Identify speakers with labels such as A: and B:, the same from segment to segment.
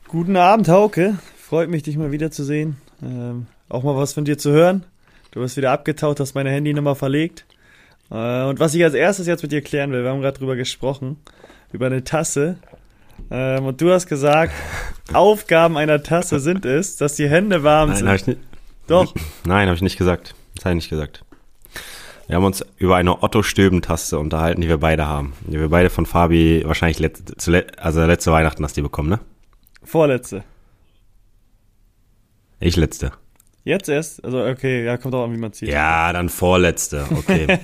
A: Guten Abend, Hauke. Freut mich, dich mal wiederzusehen. Auch mal was von dir zu hören. Du bist wieder abgetaucht, hast meine Handynummer verlegt. Und was ich als erstes jetzt mit dir klären will, wir haben gerade drüber gesprochen, über eine Tasse. Und du hast gesagt, Aufgaben einer Tasse sind es, dass die Hände warm sind.
B: Nein, habe ich nicht.
A: Doch.
B: Nein, habe ich nicht gesagt. Das habe ich nicht gesagt. Wir haben uns über eine Otto-Stöben-Tasse unterhalten, die wir beide haben. Die wir beide von Fabi wahrscheinlich letzte Weihnachten hast du die bekommen, ne?
A: Vorletzte.
B: Ich letzte.
A: Jetzt erst? Also okay, ja, kommt auch an, wie man zieht.
B: Ja, dann vorletzte, okay.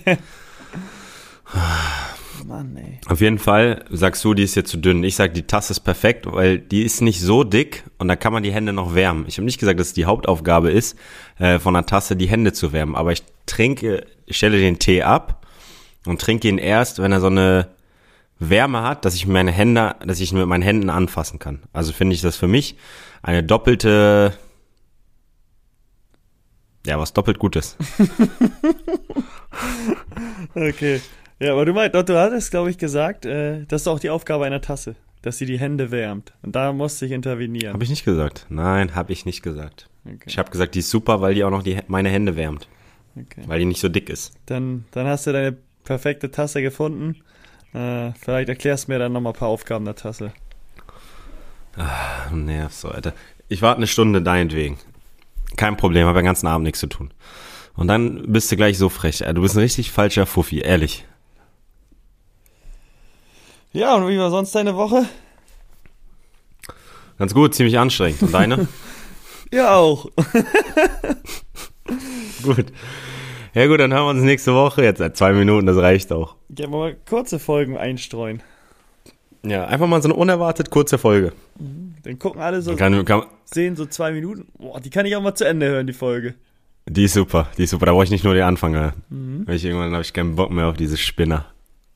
A: Mann, ey.
B: Auf jeden Fall sagst du, die ist jetzt zu dünn. Ich sag, die Tasse ist perfekt, weil die ist nicht so dick und da kann man die Hände noch wärmen. Ich habe nicht gesagt, dass es die Hauptaufgabe ist, von einer Tasse die Hände zu wärmen. Aber ich stelle den Tee ab und trinke ihn erst, wenn er so eine Wärme hat, dass ich mit meinen Händen anfassen kann. Also finde ich das für mich eine doppelte, ja, was doppelt gut ist.
A: Okay. Ja, aber du hattest, glaube ich, gesagt, das ist auch die Aufgabe einer Tasse, dass sie die Hände wärmt. Und da musste ich intervenieren.
B: Habe ich nicht gesagt. Nein, habe ich nicht gesagt.
A: Okay.
B: Ich habe gesagt, die ist super, weil die auch noch meine Hände wärmt.
A: Okay.
B: Weil die nicht so dick ist.
A: Dann hast du deine perfekte Tasse gefunden. Vielleicht erklärst du mir dann nochmal ein paar Aufgaben der Tasse.
B: Du nervst so, Alter. Ich warte eine Stunde deinetwegen. Kein Problem, habe den ganzen Abend nichts zu tun. Und dann bist du gleich so frech. Du bist ein richtig falscher Fuffi, ehrlich.
A: Ja, und wie war sonst deine Woche?
B: Ganz gut, ziemlich anstrengend. Und deine?
A: Ja, auch.
B: Gut. Ja gut, dann hören wir uns nächste Woche. Jetzt seit 2 Minuten, das reicht auch.
A: Ja, mal kurze Folgen einstreuen.
B: Ja, einfach mal so eine unerwartet kurze Folge.
A: Dann gucken alle so,
B: Kann,
A: sehen so 2 Minuten. Boah, die kann ich auch mal zu Ende hören, die Folge.
B: die ist super. Da brauche ich nicht nur den Anfang hören. Irgendwann habe ich keinen Bock mehr auf diese Spinner.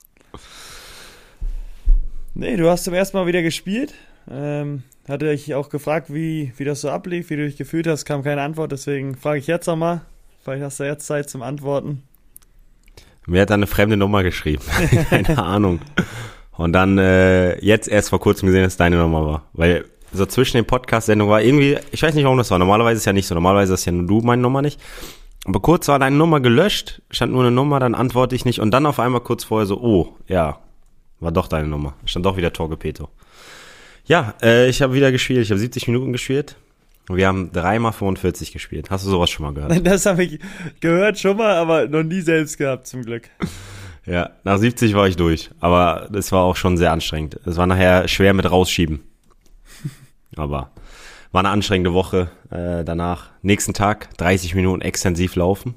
A: Nee, du hast zum ersten Mal wieder gespielt. Hatte ich auch gefragt, wie das so ablief, wie du dich gefühlt hast, kam keine Antwort, deswegen frage ich jetzt nochmal. Vielleicht hast du jetzt Zeit zum Antworten.
B: Mir hat da eine fremde Nummer geschrieben. Keine Ahnung. Und dann jetzt erst vor kurzem gesehen, dass es deine Nummer war. Weil so zwischen den Podcast-Sendungen war irgendwie, ich weiß nicht, warum das war. Normalerweise ist es ja nicht so. Normalerweise ist ja nur du meine Nummer nicht. Aber kurz war deine Nummer gelöscht, stand nur eine Nummer, dann antworte ich nicht. Und dann auf einmal kurz vorher so, oh, ja, war doch deine Nummer. Stand doch wieder Torgepeto. Ja, ich habe wieder gespielt. Ich habe 70 Minuten gespielt. Wir haben 3x45 gespielt. Hast du sowas schon mal gehört?
A: Das habe ich gehört schon mal, aber noch nie selbst gehabt, zum Glück.
B: Ja, nach 70 war ich durch. Aber das war auch schon sehr anstrengend. Es war nachher schwer mit rausschieben. Aber war eine anstrengende Woche. Danach, nächsten Tag, 30 Minuten extensiv laufen.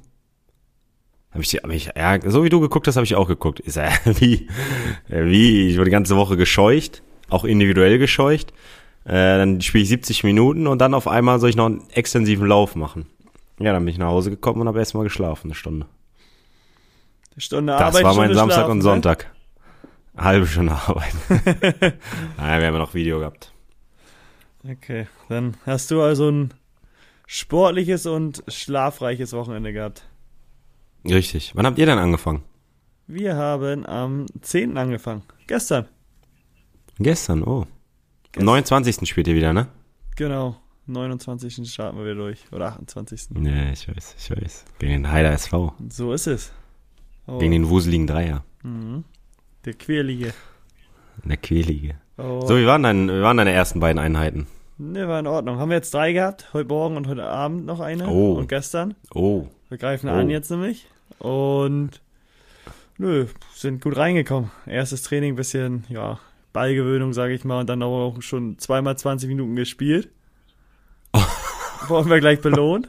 B: Ja, so wie du geguckt hast, habe ich auch geguckt. Ist ja wie? Ich wurde die ganze Woche gescheucht. Auch individuell gescheucht. Dann spiele ich 70 Minuten und dann auf einmal soll ich noch einen extensiven Lauf machen. Ja, dann bin ich nach Hause gekommen und habe erstmal geschlafen, eine Stunde.
A: Eine Stunde
B: Das
A: Arbeit,
B: war mein
A: Stunde
B: Samstag
A: schlafen,
B: und Sonntag. Ne? Halbe Stunde Arbeit. Naja, wir haben ja noch Video gehabt.
A: Okay, dann hast du also ein sportliches und schlafreiches Wochenende gehabt.
B: Richtig. Wann habt ihr denn angefangen?
A: Wir haben am 10. angefangen. Gestern.
B: Gestern, oh. Am 29. spielt ihr wieder, ne?
A: Genau. 29. starten wir wieder durch. Oder 28.
B: Ja, ich weiß. Gegen den Heider SV.
A: So ist es. Oh.
B: Gegen den wuseligen Dreier.
A: Mhm. Der Querlige.
B: Der Quälige.
A: Oh.
B: So, wie waren deine ersten beiden Einheiten?
A: Ne, war in Ordnung. Haben wir jetzt 3 gehabt. Heute Morgen und heute Abend noch eine.
B: Oh.
A: Und gestern.
B: Oh.
A: Wir greifen an jetzt nämlich. Und sind gut reingekommen. Erstes Training, bisschen, ja, Ballgewöhnung, sage ich mal. Und dann auch schon 2x20 Minuten gespielt. Wurden wir gleich belohnt.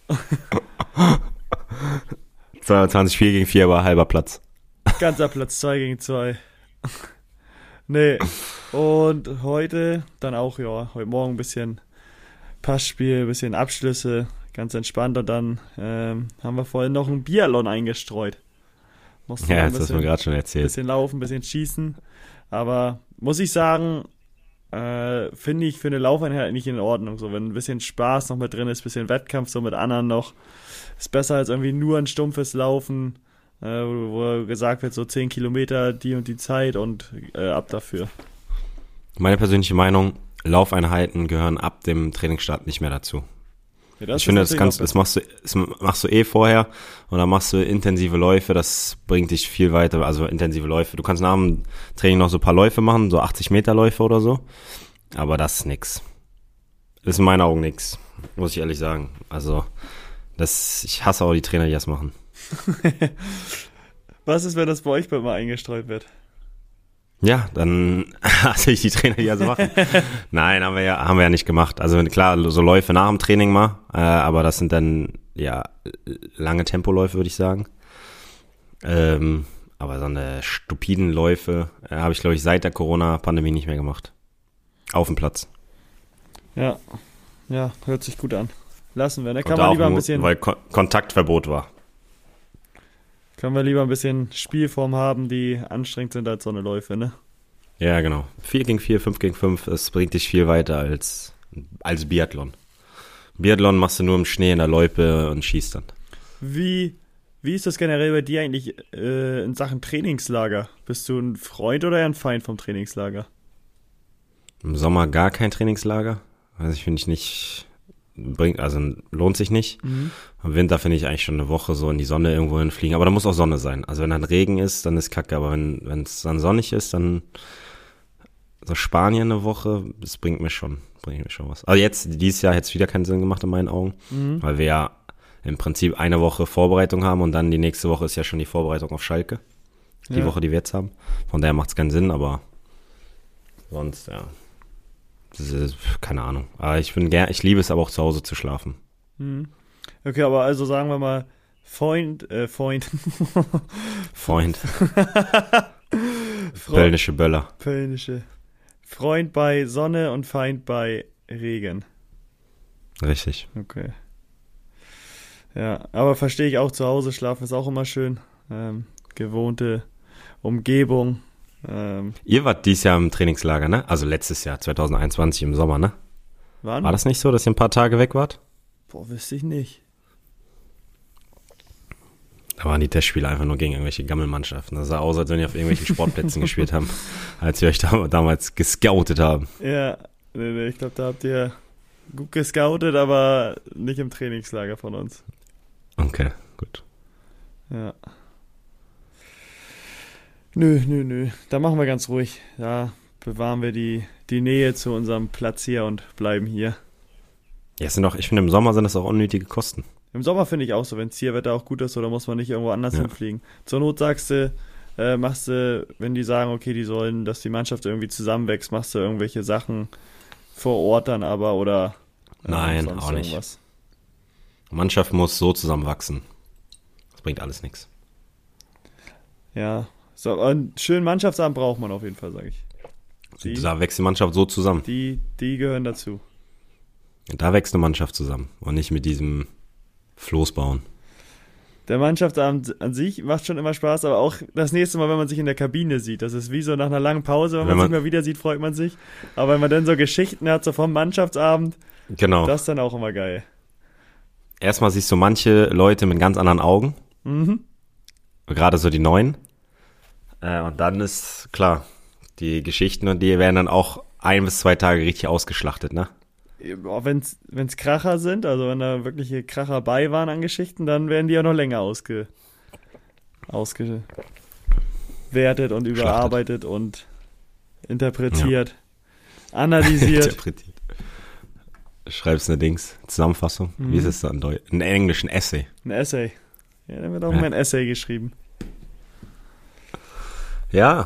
B: 22 4 gegen 4 war halber Platz.
A: Ganzer Platz, 2 gegen 2. Nee. Und heute dann auch, ja, heute Morgen ein bisschen Passspiel, ein bisschen Abschlüsse, ganz entspannt. Und dann haben wir vorhin noch einen Biathlon eingestreut.
B: Ja, das hast du mir gerade schon erzählt.
A: Ein bisschen laufen, ein bisschen schießen. Aber muss ich sagen, finde ich für eine Laufeinheit nicht in Ordnung. So, wenn ein bisschen Spaß noch mit drin ist, ein bisschen Wettkampf so mit anderen noch, ist besser als irgendwie nur ein stumpfes Laufen, wo gesagt wird, so 10 Kilometer, die und die Zeit und ab dafür.
B: Meine persönliche Meinung, Laufeinheiten gehören ab dem Trainingsstart nicht mehr dazu.
A: Ja,
B: Ich finde, das machst du eh vorher und dann machst du intensive Läufe, das bringt dich viel weiter, also intensive Läufe. Du kannst nach dem Training noch so ein paar Läufe machen, so 80 Meter Läufe oder so, aber das ist nix. Das ist in meinen Augen nix, muss ich ehrlich sagen. Also, ich hasse auch die Trainer, die das machen.
A: Was ist, wenn das bei euch mal eingestreut wird?
B: Ja, dann hasse ich die Trainer, die das machen. Nein, haben wir ja nicht gemacht. Also klar, so Läufe nach dem Training mal, aber das sind dann ja lange Tempoläufe, würde ich sagen. Aber so eine stupiden Läufe habe ich, glaube ich, seit der Corona-Pandemie nicht mehr gemacht. Auf dem Platz.
A: Ja, hört sich gut an. Lassen wir, ne?
B: Kann man lieber ein bisschen, weil Kontaktverbot war.
A: Können wir lieber ein bisschen Spielform haben, die anstrengend sind als so eine Läufe, ne?
B: Ja, genau. 4 gegen 4, 5 gegen 5, es bringt dich viel weiter als Biathlon. Biathlon machst du nur im Schnee in der Loipe und schießt dann.
A: Wie ist das generell bei dir eigentlich in Sachen Trainingslager? Bist du ein Freund oder ein Feind vom Trainingslager?
B: Im Sommer gar kein Trainingslager. Also ich finde lohnt sich nicht.
A: Mhm.
B: Im Winter finde ich eigentlich schon eine Woche so in die Sonne irgendwo hinfliegen. Aber da muss auch Sonne sein. Also wenn dann Regen ist, dann ist Kacke. Aber wenn es dann sonnig ist, dann so Spanien eine Woche, das bringt mir schon was. Also dieses Jahr hätte es wieder keinen Sinn gemacht in meinen Augen.
A: Mhm.
B: Weil wir ja im Prinzip eine Woche Vorbereitung haben und dann die nächste Woche ist ja schon die Vorbereitung auf Schalke. Die Woche, die wir jetzt haben. Von daher macht es keinen Sinn, aber sonst, ja. Das ist, keine Ahnung. Aber ich liebe es aber auch zu Hause zu schlafen.
A: Mhm. Okay, aber also sagen wir mal Freund.
B: Pöllnische Böller.
A: Freund bei Sonne und Feind bei Regen.
B: Richtig.
A: Okay. Ja, aber verstehe ich auch, zu Hause schlafen ist auch immer schön. Gewohnte Umgebung.
B: Ihr wart dieses Jahr im Trainingslager, ne? Also letztes Jahr, 2021 im Sommer, ne? War das nicht so, dass ihr ein paar Tage weg wart?
A: Boah, wüsste ich nicht.
B: Da waren die Testspiele einfach nur gegen irgendwelche Gammelmannschaften. Das sah aus, als wenn ihr auf irgendwelchen Sportplätzen gespielt haben, als wir euch damals gescoutet haben.
A: Ja, nee, ich glaube, da habt ihr gut gescoutet, aber nicht im Trainingslager von uns.
B: Okay, gut.
A: Ja. Nö. Da machen wir ganz ruhig. Da bewahren wir die Nähe zu unserem Platz hier und bleiben hier.
B: Ja, ich finde, im Sommer sind das auch unnötige Kosten.
A: Im Sommer finde ich auch so, wenn das Zielwetter auch gut ist, oder muss man nicht irgendwo anders hinfliegen. Zur Not sagst du, machst du, wenn die sagen, okay, die sollen, dass die Mannschaft irgendwie zusammenwächst, machst du irgendwelche Sachen vor Ort dann aber, oder
B: Nein, auch nicht. Irgendwas. Mannschaft muss so zusammenwachsen. Das bringt alles nichts.
A: Ja, so, einen schönen Mannschaftsabend braucht man auf jeden Fall, sage ich.
B: Da wächst die Mannschaft so zusammen.
A: Die gehören dazu.
B: Da wächst eine Mannschaft zusammen und nicht mit diesem Floß bauen.
A: Der Mannschaftsabend an sich macht schon immer Spaß, aber auch das nächste Mal, wenn man sich in der Kabine sieht. Das ist wie so nach einer langen Pause, wenn man sich mal wieder sieht, freut man sich. Aber wenn man dann so Geschichten hat, so vom Mannschaftsabend,
B: genau.
A: Das ist dann auch immer geil.
B: Erstmal siehst du manche Leute mit ganz anderen Augen.
A: Mhm. Gerade
B: so die Neuen. Und dann ist klar, die Geschichten und die werden dann auch 1 bis 2 Tage richtig ausgeschlachtet, ne?
A: Wenn's Kracher sind, also wenn da wirkliche Kracher bei waren an Geschichten, dann werden die ja noch länger ausgewertet und überarbeitet und interpretiert, analysiert.
B: Interpretiert. Schreibst eine Zusammenfassung. Wie ist es dann in Deutsch? In Englisch, ein Essay.
A: Ein Essay. Ja, dann wird auch mal ein Essay geschrieben.
B: Ja.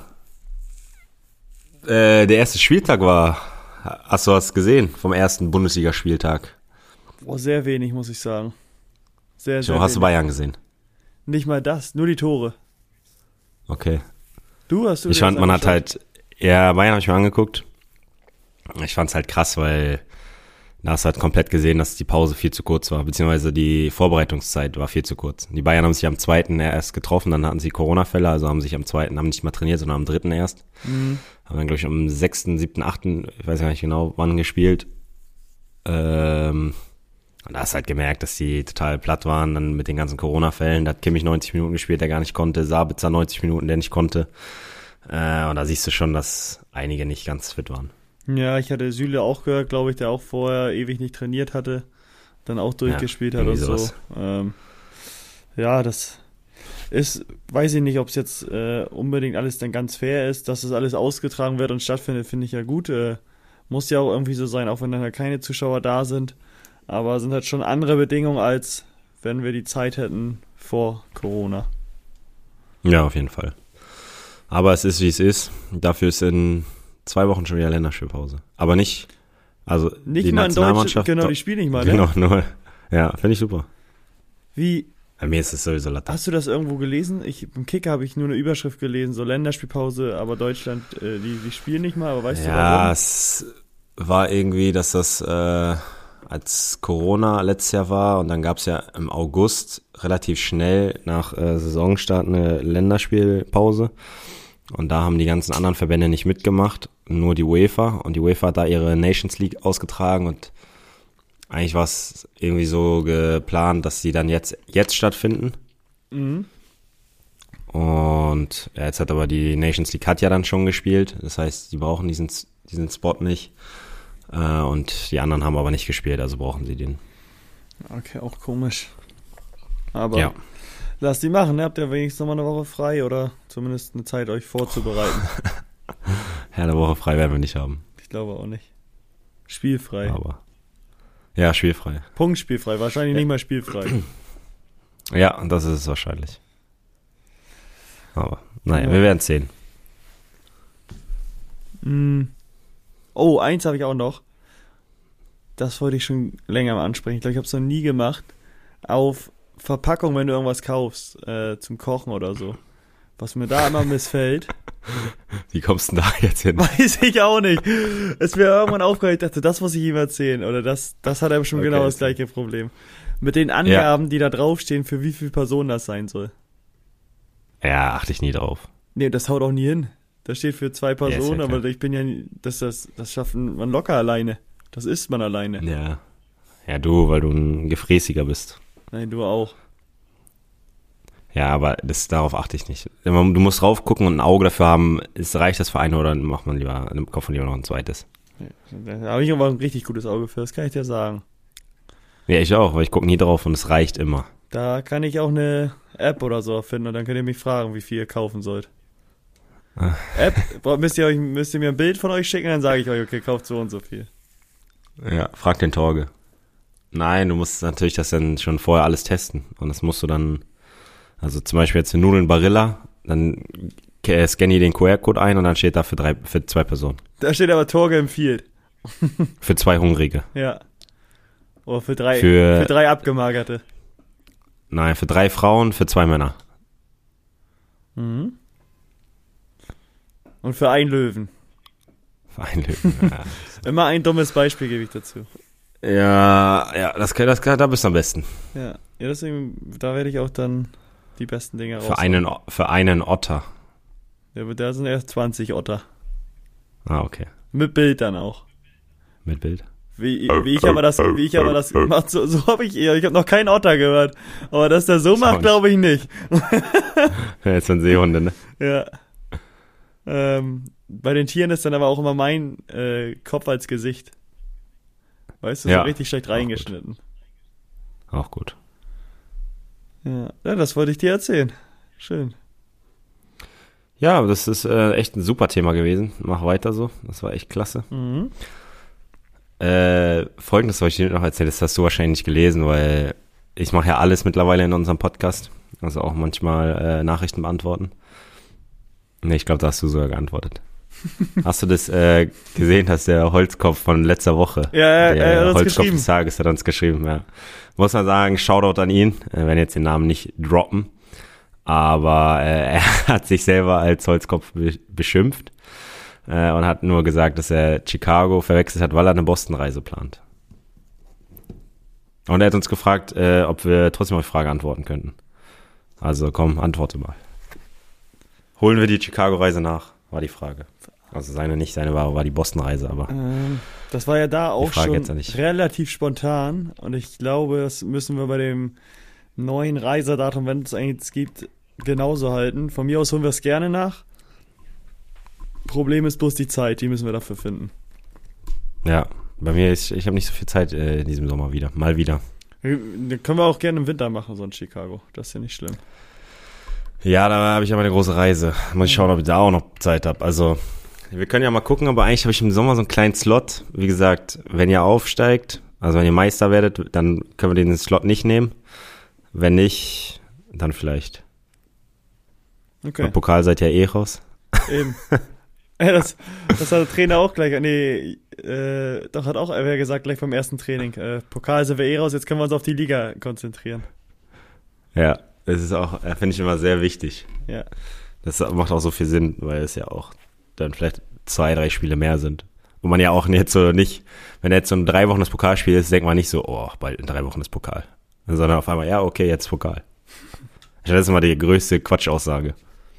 B: Der erste Spieltag war, hast du was gesehen vom ersten Bundesligaspieltag?
A: Boah, sehr wenig, muss ich sagen. Sehr
B: hast
A: wenig.
B: Du Bayern gesehen?
A: Nicht mal das, nur die Tore.
B: Okay.
A: Hast du
B: Ich fand, man hat halt, Bayern habe ich mir angeguckt. Ich fand's halt krass, weil da hast du halt komplett gesehen, dass die Pause viel zu kurz war, beziehungsweise die Vorbereitungszeit war viel zu kurz. Die Bayern haben sich am 2. erst getroffen, dann hatten sie Corona-Fälle, also haben sich am 2. haben nicht mal trainiert, sondern am 3. erst.
A: Mhm.
B: Haben dann, glaube ich, am 6., 7., 8., ich weiß gar nicht genau, wann gespielt. Und da hast du halt gemerkt, dass die total platt waren, dann mit den ganzen Corona-Fällen. Da hat Kimmich 90 Minuten gespielt, der gar nicht konnte, Sabitzer 90 Minuten, der nicht konnte. Und da siehst du schon, dass einige nicht ganz fit waren.
A: Ja, ich hatte Süle auch gehört, glaube ich, der auch vorher ewig nicht trainiert hatte, dann auch durchgespielt hat und so. Ja, das ist, weiß ich nicht, ob es jetzt unbedingt alles dann ganz fair ist, dass das alles ausgetragen wird und stattfindet, finde ich ja gut. Muss ja auch irgendwie so sein, auch wenn dann halt keine Zuschauer da sind. Aber sind halt schon andere Bedingungen, als wenn wir die Zeit hätten vor Corona.
B: Ja, auf jeden Fall. Aber es ist, wie es ist. Dafür ist in 2 Wochen schon wieder Länderspielpause. Aber nicht, also
A: nicht
B: die
A: mal in
B: Nationalmannschaft.
A: Deutschland, genau, die spielen nicht mal, ne?
B: Genau, nur, ja, finde ich super.
A: Wie,
B: Bei mir ist es sowieso Latte.
A: hast du das irgendwo gelesen? Im Kicker habe ich nur eine Überschrift gelesen, so Länderspielpause, aber Deutschland, die spielen nicht mal, aber weißt du warum?
B: Ja, es war irgendwie, dass das als Corona letztes Jahr war und dann gab es ja im August relativ schnell nach Saisonstart eine Länderspielpause und da haben die ganzen anderen Verbände nicht mitgemacht, nur die UEFA, und die UEFA hat da ihre Nations League ausgetragen und eigentlich war es irgendwie so geplant, dass die dann jetzt stattfinden.
A: Mhm.
B: Und ja, jetzt hat aber die Nations League hat ja dann schon gespielt, das heißt, die brauchen diesen Spot nicht. Und die anderen haben aber nicht gespielt, also brauchen sie den.
A: Okay, auch komisch. Aber
B: Ja.
A: lasst die machen, ne? Habt ihr wenigstens nochmal eine Woche frei oder zumindest eine Zeit, euch vorzubereiten.
B: Ja, eine Woche frei werden wir nicht haben.
A: Ich glaube auch nicht. Spielfrei.
B: Aber ja, spielfrei.
A: Punktspielfrei, wahrscheinlich nicht mal spielfrei.
B: Ja, das ist es wahrscheinlich. Aber naja,
A: Ja.
B: wir werden es sehen.
A: Oh, eins habe ich auch noch. Das wollte ich schon länger mal ansprechen. Ich glaube, ich habe es noch nie gemacht. Auf Verpackung, wenn du irgendwas kaufst, zum Kochen oder so. Was mir da immer missfällt,
B: Wie kommst du denn da jetzt hin?
A: weiß ich auch nicht. Es mir irgendwann aufgehört, ich dachte, das muss ich ihm erzählen. Oder das hat er schon
B: Okay.
A: genau das gleiche Problem. Mit den Angaben, die da draufstehen, für wie viele Personen das sein soll.
B: Ja, achte ich nie drauf.
A: Nee, das haut auch nie hin. Das steht für 2
B: ist ja
A: Personen,
B: klar.
A: aber ich bin ja, das schafft man locker alleine. Das isst man alleine.
B: Ja. Ja, du, weil du ein Gefräßiger bist.
A: Nein, du auch.
B: Ja, aber darauf achte ich nicht. Du musst drauf gucken und ein Auge dafür haben, reicht das für eine oder kauft man lieber noch ein zweites.
A: Da habe ich aber ein richtig gutes Auge für, das kann ich dir sagen.
B: Ja, ich auch, weil ich gucke nie drauf und es reicht immer.
A: Da kann ich auch eine App oder so erfinden und dann könnt ihr mich fragen, wie viel ihr kaufen sollt. App, müsst ihr mir ein Bild von euch schicken, dann sage ich euch, okay, kauft so und so viel.
B: Ja, frag den Torge. Nein, du musst natürlich das dann schon vorher alles testen. Und das musst du dann, also zum Beispiel jetzt für Nudeln Barilla, dann scanne ich den QR-Code ein und dann steht da für 2 Personen.
A: Da steht aber Torge empfiehlt.
B: Für 2 Hungrige.
A: Ja. Oder für 3
B: Für-
A: für 3 Abgemagerte.
B: Nein, für 3 Frauen, für 2 Männer.
A: Mhm. Und für einen Löwen.
B: Für einen Löwen.
A: Immer ein dummes Beispiel gebe ich dazu.
B: Ja, da bist du am besten.
A: Ja, deswegen, da werde ich auch dann die besten Dinge
B: Für einen Otter.
A: Ja, aber da sind erst 20 Otter.
B: Ah, okay.
A: Mit Bild dann auch.
B: Mit Bild.
A: Wie ich aber das macht, so habe ich habe noch keinen Otter gehört. Aber dass der so macht, glaube ich nicht.
B: Ja, jetzt sind Seehunde, ne?
A: Ja. Bei den Tieren ist dann aber auch immer mein Kopf als Gesicht. Weißt du, so
B: Ja.
A: richtig schlecht reingeschnitten.
B: Auch gut.
A: Ja, das wollte ich dir erzählen. Schön.
B: Ja, das ist echt ein super Thema gewesen. Mach weiter so. Das war echt klasse.
A: Mhm.
B: Folgendes wollte ich dir noch erzählen, das hast du wahrscheinlich nicht gelesen, weil ich mache ja alles mittlerweile in unserem Podcast. Also auch manchmal Nachrichten beantworten. Ne, ich glaube, da hast du sogar geantwortet. Hast du das gesehen, dass der Holzkopf von letzter Woche,
A: Ja, er
B: der
A: hat uns
B: Holzkopf
A: geschrieben.
B: des Tages, hat uns geschrieben, ja. Muss man sagen, Shoutout an ihn, wir werden jetzt den Namen nicht droppen, aber er hat sich selber als Holzkopf beschimpft und hat nur gesagt, dass er Chicago verwechselt hat, weil er eine Boston-Reise plant. Und er hat uns gefragt, ob wir trotzdem auf die Frage antworten könnten. Also komm, antworte mal. Holen wir die Chicago-Reise nach, war die Frage. Also seine war die Boston-Reise, aber
A: Das war ja da auch
B: Frage
A: schon
B: jetzt ja nicht.
A: relativ spontan und ich glaube, das müssen wir bei dem neuen Reisedatum, wenn es eigentlich gibt, genauso halten. Von mir aus holen wir es gerne nach. Problem ist bloß die Zeit, die müssen wir dafür finden.
B: Ja, bei mir ist, ich habe nicht so viel Zeit in diesem Sommer wieder. Mal wieder.
A: Können wir auch gerne im Winter machen, so in Chicago. Das ist ja nicht schlimm.
B: Ja, da habe ich aber eine große Reise. Muss ich schauen, ob ich da auch noch Zeit habe. Also, wir können ja mal gucken, aber eigentlich habe ich im Sommer so einen kleinen Slot. Wie gesagt, wenn ihr aufsteigt, also wenn ihr Meister werdet, dann können wir den Slot nicht nehmen. Wenn nicht, dann vielleicht.
A: Okay.
B: Im Pokal seid ihr eh raus.
A: Eben. Ja, das hat der Trainer auch gleich. Nee, doch hat auch er gesagt, gleich beim ersten Training. Pokal sind wir eh raus, jetzt können wir uns auf die Liga konzentrieren.
B: Ja, das ist auch, finde ich immer sehr wichtig.
A: Ja.
B: Das macht auch so viel Sinn, weil es ja auch dann vielleicht 2-3 Spiele mehr sind. Und man ja auch jetzt so nicht, wenn jetzt so in 3 Wochen das Pokalspiel ist, denkt man nicht so, oh, bald in 3 Wochen das Pokal. Sondern auf einmal, ja, okay, jetzt Pokal. Das ist immer die größte Quatschaussage.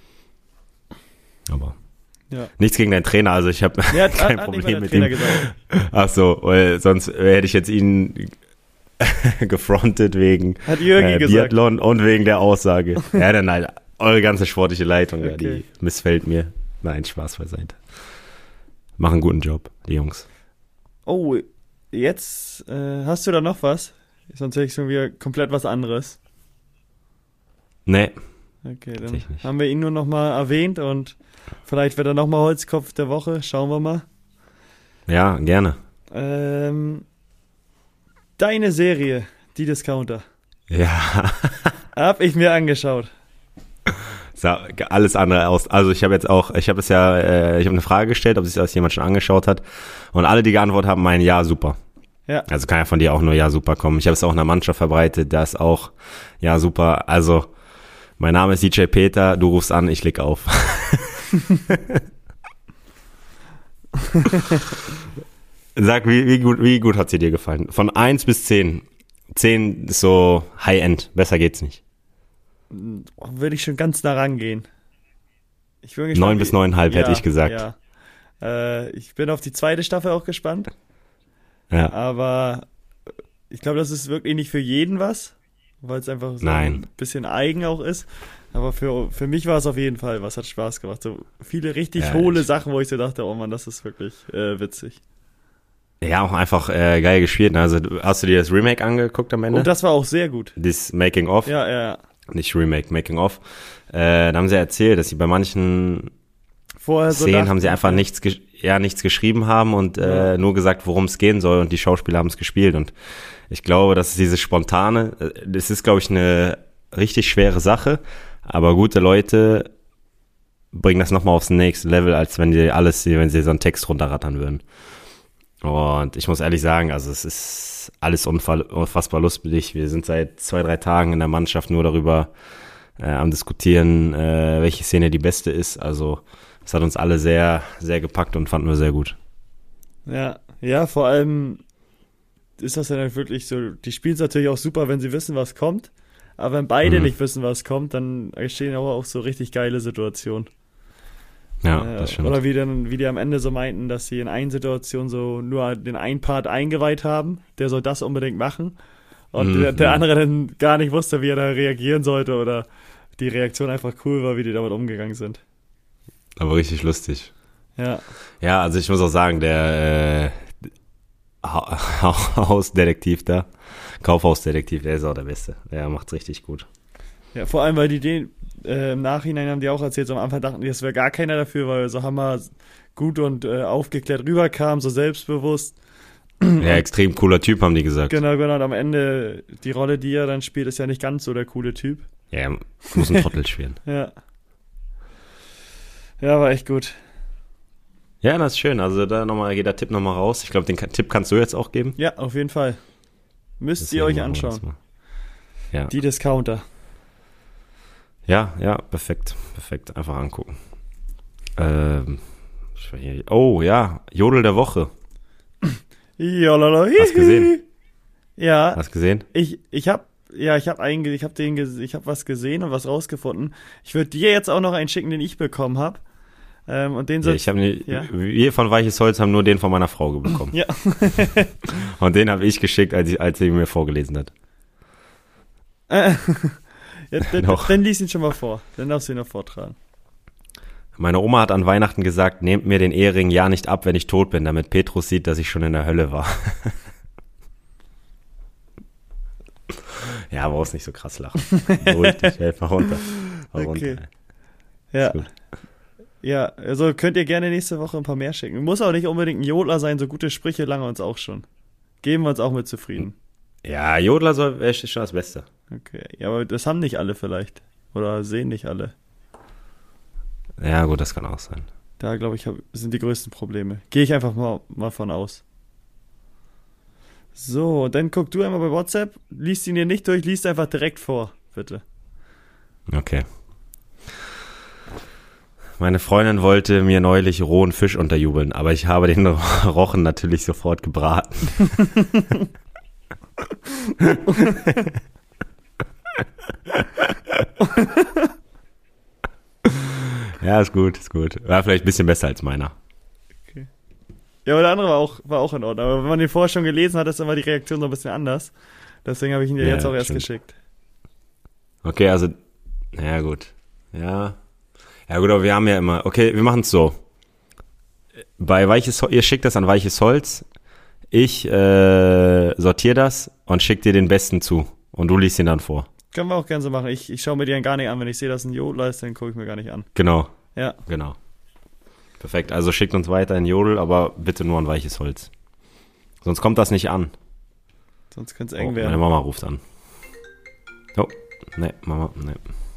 B: Aber
A: ja.
B: Nichts gegen deinen Trainer, also ich habe kein Problem mit ihm.
A: Gesagt.
B: Ach so, weil sonst hätte ich jetzt ihn gefrontet wegen Biathlon und wegen der Aussage. Ja, dann halt, eure ganze sportliche Leitung, okay. Ja, die missfällt mir. Nein, Spaß beiseite. Machen einen guten Job, die Jungs.
A: Oh, jetzt hast du da noch was? Sonst hätte ich schon wieder komplett was anderes.
B: Nee.
A: Okay, dann haben wir ihn nur noch mal erwähnt und vielleicht wird er noch mal Holzkopf der Woche. Schauen wir mal.
B: Ja, gerne.
A: Deine Serie, die Discounter.
B: Ja.
A: Hab ich mir angeschaut.
B: Sah alles andere aus. Also ich habe eine Frage gestellt, ob sich das jemand schon angeschaut hat. Und alle, die geantwortet haben, meinen ja, super.
A: Ja.
B: Also kann ja von dir auch nur ja, super kommen. Ich habe es auch in der Mannschaft verbreitet, das auch ja, super. Also mein Name ist DJ Peter, du rufst an, ich leg auf. Sag, wie gut hat sie dir gefallen? Von 1 bis 10. 10 ist so High-End, besser geht's nicht.
A: Würde ich schon ganz nah rangehen.
B: 9 bis 9,5 hätte ich gesagt.
A: Ja. Ich bin auf die zweite Staffel auch gespannt.
B: Ja.
A: Aber ich glaube, das ist wirklich nicht für jeden was, weil es einfach so ein bisschen eigen auch ist. Aber für mich war es auf jeden Fall was, hat Spaß gemacht. So viele richtig hohle Sachen, wo ich so dachte, oh Mann, das ist wirklich witzig. Ja,
B: auch einfach geil gespielt. Also hast du dir das Remake angeguckt am Ende?
A: Und das war auch sehr gut.
B: Das Making-of?
A: Ja.
B: Nicht Remake, Making-of. Da haben sie erzählt, dass sie bei manchen Szenen haben sie einfach nichts geschrieben haben und nur gesagt, worum es gehen soll und die Schauspieler haben es gespielt. Und ich glaube, dass dieses Spontane, das ist, glaube ich, eine richtig schwere Sache, aber gute Leute bringen das nochmal aufs nächste Level, als wenn sie so einen Text runterrattern würden. Und ich muss ehrlich sagen, also es ist alles unfassbar lustig. Wir sind seit 2-3 Tagen in der Mannschaft nur darüber am Diskutieren, welche Szene die beste ist. Also es hat uns alle sehr, sehr gepackt und fanden wir sehr gut.
A: Ja, vor allem ist das ja wirklich so, die spielen es natürlich auch super, wenn sie wissen, was kommt. Aber wenn beide nicht wissen, was kommt, dann entstehen aber auch so richtig geile Situationen.
B: Ja, das stimmt.
A: Oder wie die am Ende so meinten, dass sie in einer Situation so nur den einen Part eingeweiht haben, der soll das unbedingt machen. Und der andere dann gar nicht wusste, wie er da reagieren sollte oder die Reaktion einfach cool war, wie die damit umgegangen sind.
B: Aber richtig lustig.
A: Ja.
B: Ja, also ich muss auch sagen, der Hausdetektiv da, Kaufhausdetektiv, der ist auch der Beste. Der macht's richtig gut.
A: Ja, vor allem, weil die im Nachhinein haben die auch erzählt, so am Anfang dachten die, es wäre gar keiner dafür, weil so hammer gut und aufgeklärt rüberkam, so selbstbewusst.
B: Ja, extrem cooler Typ, haben die gesagt.
A: Genau, und am Ende, die Rolle, die er dann spielt, ist ja nicht ganz so der coole Typ.
B: Ja, er muss einen Trottel spielen.
A: Ja, war echt gut.
B: Ja, das ist schön. Also da geht der Tipp nochmal raus. Ich glaube, den Tipp kannst du jetzt auch geben.
A: Ja, auf jeden Fall. Müsst ihr euch anschauen.
B: Ja.
A: Die Discounter.
B: Ja, perfekt. Einfach angucken. Oh ja, Jodel der Woche. Hast gesehen?
A: Ja.
B: Hast gesehen?
A: Ich habe was gesehen und was rausgefunden. Ich würde dir jetzt auch noch einen schicken, den ich bekommen habe. Und den
B: wir von Weiches Holz haben nur den von meiner Frau bekommen.
A: Ja.
B: Und den habe ich geschickt, als sie mir vorgelesen hat.
A: Dann lies ihn schon mal vor. Dann darfst du ihn noch vortragen.
B: Meine Oma hat an Weihnachten gesagt, nehmt mir den Ehering ja nicht ab, wenn ich tot bin, damit Petrus sieht, dass ich schon in der Hölle war. Ja, brauchst nicht so krass lachen. Beruhig dich, helf mal runter. Mal
A: Okay.
B: runter.
A: Ja.
B: Ist gut.
A: Ja, also könnt ihr gerne nächste Woche ein paar mehr schicken. Muss auch nicht unbedingt ein Jodler sein, so gute Sprüche lange uns auch schon. Geben wir uns auch mit zufrieden.
B: Ja, Jodler ist schon das Beste.
A: Okay, ja, aber das haben nicht alle vielleicht. Oder sehen nicht alle.
B: Ja, gut, das kann auch sein.
A: Da, glaube ich, sind die größten Probleme. Gehe ich einfach mal von aus. So, dann guck du einmal bei WhatsApp, liest ihn dir nicht durch, liest einfach direkt vor, bitte.
B: Okay. Meine Freundin wollte mir neulich rohen Fisch unterjubeln, aber ich habe den Rochen natürlich sofort gebraten. Ja, ist gut, ist gut. War vielleicht ein bisschen besser als meiner.
A: Ja, aber der andere war auch in Ordnung. Aber wenn man den vorher schon gelesen hat, ist immer die Reaktion so ein bisschen anders. Deswegen habe ich ihn dir jetzt auch erst geschickt.
B: Okay, also, ja gut. Ja. Ja gut, aber wir haben ja immer, okay, wir machen es so. Bei weiches Holz, ihr schickt das an weiches Holz, ich sortiere das und schicke dir den besten zu. Und du liest ihn dann vor.
A: Können wir auch gerne so machen. Ich schaue mir die dann gar nicht an. Wenn ich sehe, dass ein Jodler ist, dann gucke ich mir gar nicht an.
B: Genau.
A: Ja.
B: Genau. Perfekt, also schickt uns weiter in Jodel, aber bitte nur ein weiches Holz. Sonst kommt das nicht an.
A: Sonst könnte es eng werden.
B: Meine Mama ruft an. Oh, nee, Mama, nee.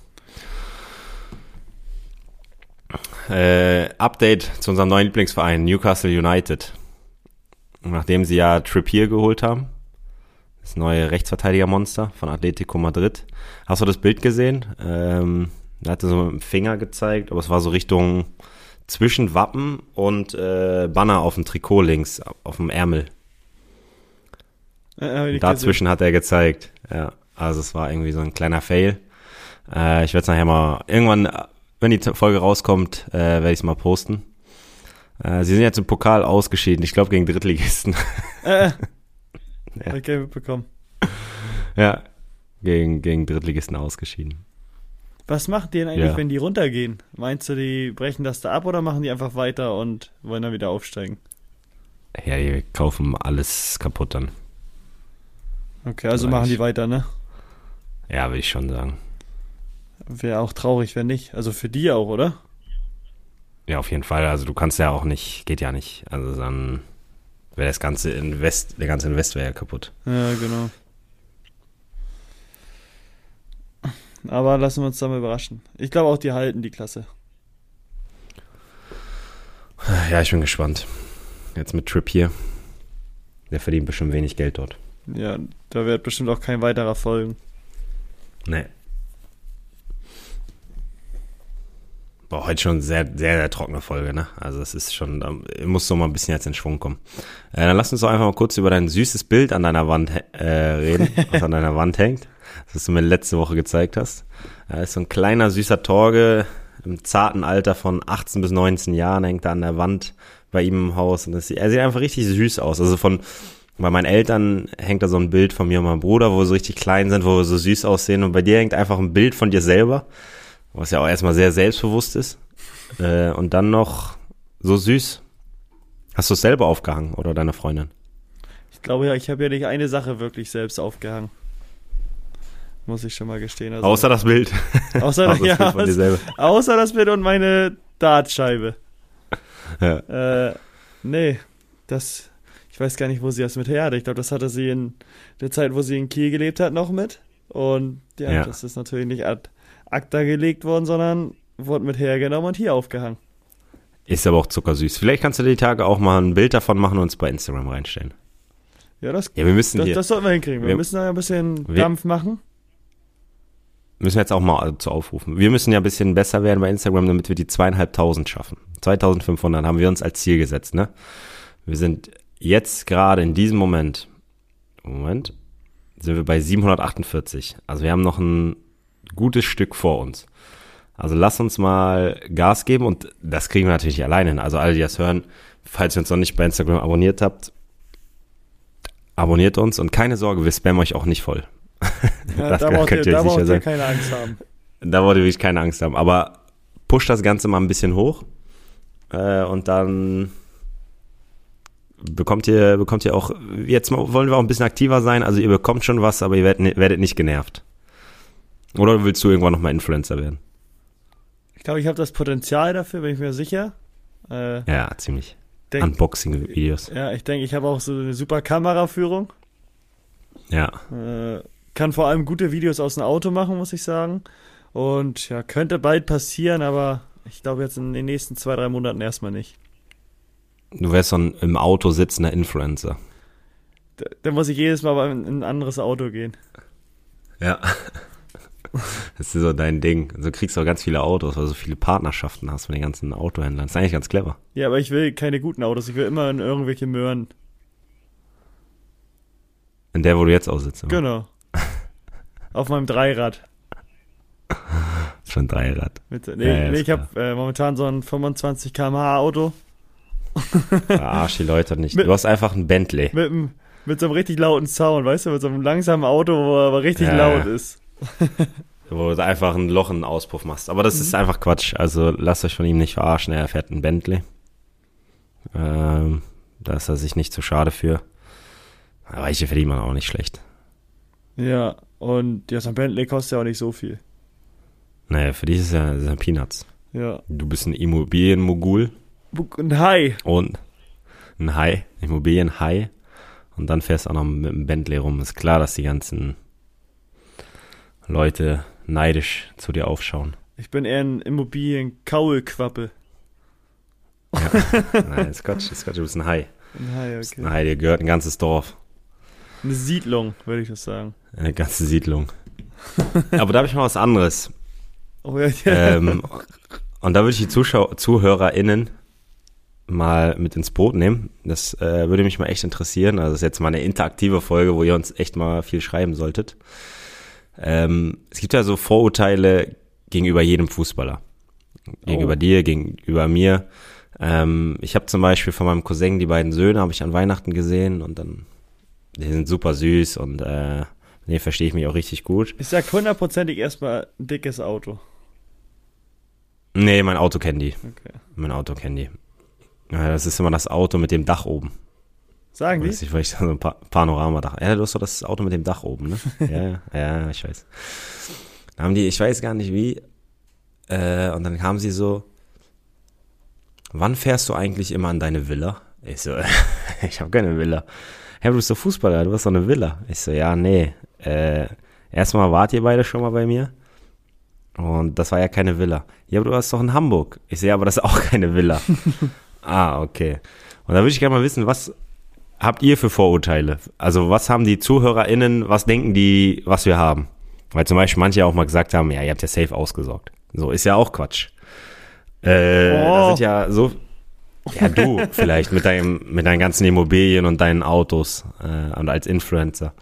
B: Update zu unserem neuen Lieblingsverein, Newcastle United. Nachdem sie ja Trippier geholt haben, das neue Rechtsverteidigermonster von Atletico Madrid. Hast du das Bild gesehen? Er hatte so mit dem Finger gezeigt, aber es war so Richtung zwischen Wappen und Banner auf dem Trikot links, auf dem Ärmel. Dazwischen hat er gezeigt. Ja, also es war irgendwie so ein kleiner Fail. Ich werde es nachher mal irgendwann, wenn die Folge rauskommt, werde ich es mal posten. Sie sind jetzt im Pokal ausgeschieden, ich glaube gegen Drittligisten.
A: Ja. Okay, mitbekommen.
B: Ja, gegen Drittligisten ausgeschieden.
A: Was machen die denn eigentlich, wenn die runtergehen? Meinst du, die brechen das da ab oder machen die einfach weiter und wollen dann wieder aufsteigen?
B: Ja, die kaufen alles kaputt dann.
A: Okay, also machen die weiter, ne?
B: Ja, würde ich schon sagen.
A: Wäre auch traurig, wenn nicht. Also für die auch, oder?
B: Ja, auf jeden Fall. Also du kannst ja auch nicht, geht ja nicht. Also dann wäre der ganze Invest wäre ja kaputt.
A: Ja, genau. Aber lassen wir uns da mal überraschen. Ich glaube auch, die halten die Klasse.
B: Ja, ich bin gespannt. Jetzt mit Trippier. Der verdient bestimmt wenig Geld dort.
A: Ja, da wird bestimmt auch kein weiterer folgen.
B: Nee. Boah, heute schon sehr, sehr, sehr trockene Folge, ne? Also es ist schon, da muss so mal ein bisschen jetzt in Schwung kommen. Dann lass uns doch einfach mal kurz über dein süßes Bild an deiner Wand reden, was an deiner Wand hängt. Das du mir letzte Woche gezeigt hast. Da ist so ein kleiner, süßer Torge im zarten Alter von 18 bis 19 Jahren, hängt da an der Wand bei ihm im Haus. Und er sieht einfach richtig süß aus. Also bei meinen Eltern hängt da so ein Bild von mir und meinem Bruder, wo wir so richtig klein sind, wo wir so süß aussehen. Und bei dir hängt einfach ein Bild von dir selber, was ja auch erstmal sehr selbstbewusst ist. Und dann noch so süß. Hast du es selber aufgehangen oder deine Freundin?
A: Ich glaube ja, ich habe ja nicht eine Sache wirklich selbst aufgehangen. Muss ich schon mal gestehen. Also,
B: außer das Bild.
A: Außer das Bild von dir selber. Außer das Bild und meine Dartscheibe.
B: Ja.
A: Nee, ich weiß gar nicht, wo sie das mit her hatte. Ich glaube, das hatte sie in der Zeit, wo sie in Kiel gelebt hat, noch mit. Und ja. Das ist natürlich nicht ad acta gelegt worden, sondern wurde mit hergenommen und hier aufgehangen.
B: Ist aber auch zuckersüß. Vielleicht kannst du die Tage auch mal ein Bild davon machen und es bei Instagram reinstellen.
A: Ja, das sollten wir hinkriegen. Wir müssen da ein bisschen Dampf machen.
B: Müssen wir jetzt auch mal zu aufrufen. Wir müssen ja ein bisschen besser werden bei Instagram, damit wir die 2.500 schaffen. 2.500 haben wir uns als Ziel gesetzt, ne? Wir sind jetzt gerade in diesem Moment, sind wir bei 748. Also wir haben noch ein gutes Stück vor uns. Also lass uns mal Gas geben und das kriegen wir natürlich nicht alleine hin. Also alle, die das hören, falls ihr uns noch nicht bei Instagram abonniert habt, abonniert uns und keine Sorge, wir spammen euch auch nicht voll.
A: Ja, da braucht ihr keine Angst haben.
B: Da wollt ihr wirklich keine Angst haben. Aber pushe das Ganze mal ein bisschen hoch und dann bekommt ihr auch, jetzt wollen wir auch ein bisschen aktiver sein, also ihr bekommt schon was, aber ihr werdet nicht genervt. Oder willst du irgendwann nochmal Influencer werden?
A: Ich glaube, ich habe das Potenzial dafür, bin ich mir sicher.
B: Ja, ziemlich. Unboxing-Videos.
A: Ja, ich denke, ich habe auch so eine super Kameraführung.
B: Ja.
A: Kann vor allem gute Videos aus dem Auto machen, muss ich sagen. Und ja, könnte bald passieren, aber ich glaube jetzt in den nächsten 2-3 Monaten erstmal nicht.
B: Du wärst so ein im Auto sitzender Influencer.
A: Da muss ich jedes Mal in ein anderes Auto gehen.
B: Ja. Das ist so dein Ding. So kriegst du auch ganz viele Autos, weil du so viele Partnerschaften hast mit den ganzen Autohändlern. Das ist eigentlich ganz clever.
A: Ja, aber ich will keine guten Autos. Ich will immer in irgendwelche Möhren.
B: In der, wo du jetzt auch sitzt. Immer.
A: Genau. Auf meinem Dreirad.
B: Schon Dreirad.
A: Ich habe momentan so ein 25 km/h Auto.
B: Verarsch die Leute nicht. Du hast einfach ein Bentley.
A: Mit so einem richtig lauten Sound, weißt du? Mit so einem langsamen Auto, wo er aber richtig laut ist.
B: Wo du einfach ein Loch in den Auspuff machst. Aber das ist einfach Quatsch. Also lasst euch von ihm nicht verarschen. Er fährt ein Bentley. Da ist er sich nicht zu schade für. Aber Reiche verdient man auch nicht schlecht.
A: Ja, und so ein Bentley kostet ja auch nicht so viel.
B: Naja, für dich ist ja Peanuts.
A: Ja.
B: Du bist ein Immobilienmogul.
A: Ein Hai.
B: Und ein Hai. Immobilienhai. Und dann fährst du auch noch mit einem Bentley rum. Ist klar, dass die ganzen Leute neidisch zu dir aufschauen.
A: Ich bin eher ein Immobilien-Kaulquappe.
B: Ja. Nein, ist Quatsch. Du bist ein Hai.
A: Ein Hai, okay.
B: Ein Hai, dir gehört ein ganzes Dorf.
A: Eine Siedlung, würde ich das sagen.
B: Eine ganze Siedlung. Aber da habe ich mal was anderes.
A: Oh, ja.
B: Und da würde ich die ZuhörerInnen mal mit ins Boot nehmen. Das würde mich mal echt interessieren. Also das ist jetzt mal eine interaktive Folge, wo ihr uns echt mal viel schreiben solltet. Es gibt ja so Vorurteile gegenüber jedem Fußballer. Gegenüber dir, gegenüber mir. Ich habe zum Beispiel von meinem Cousin die beiden Söhne, habe ich an Weihnachten gesehen und dann, die sind super süß und verstehe ich mich auch richtig gut.
A: Ich sag 100%ig erstmal ein dickes Auto.
B: Nee, mein Auto kennen die.
A: Okay.
B: Mein Auto kennen die. Ja, das ist immer das Auto mit dem Dach oben.
A: Sagen die?
B: Weiß ich, weil ich so ein Panoramadach. Ja, du hast doch das Auto mit dem Dach oben, ne? Ja, ich weiß. Da haben die, ich weiß gar nicht wie, und dann kamen sie so, wann fährst du eigentlich immer an deine Villa? Ich so, ich habe keine Villa. Hey, du bist doch Fußballer, du hast doch eine Villa. Ich so, ja, nee. Erstmal wart ihr beide schon mal bei mir. Und das war ja keine Villa. Ja, aber du hast doch in Hamburg. Ich so, ja, aber das ist auch keine Villa. Okay. Und da würde ich gerne mal wissen, was habt ihr für Vorurteile? Also was haben die ZuhörerInnen, was denken die, was wir haben? Weil zum Beispiel manche auch mal gesagt haben, ja, ihr habt ja safe ausgesorgt. So, ist ja auch Quatsch. Da sind ja so, ja du vielleicht mit deinen ganzen Immobilien und deinen Autos und als Influencer.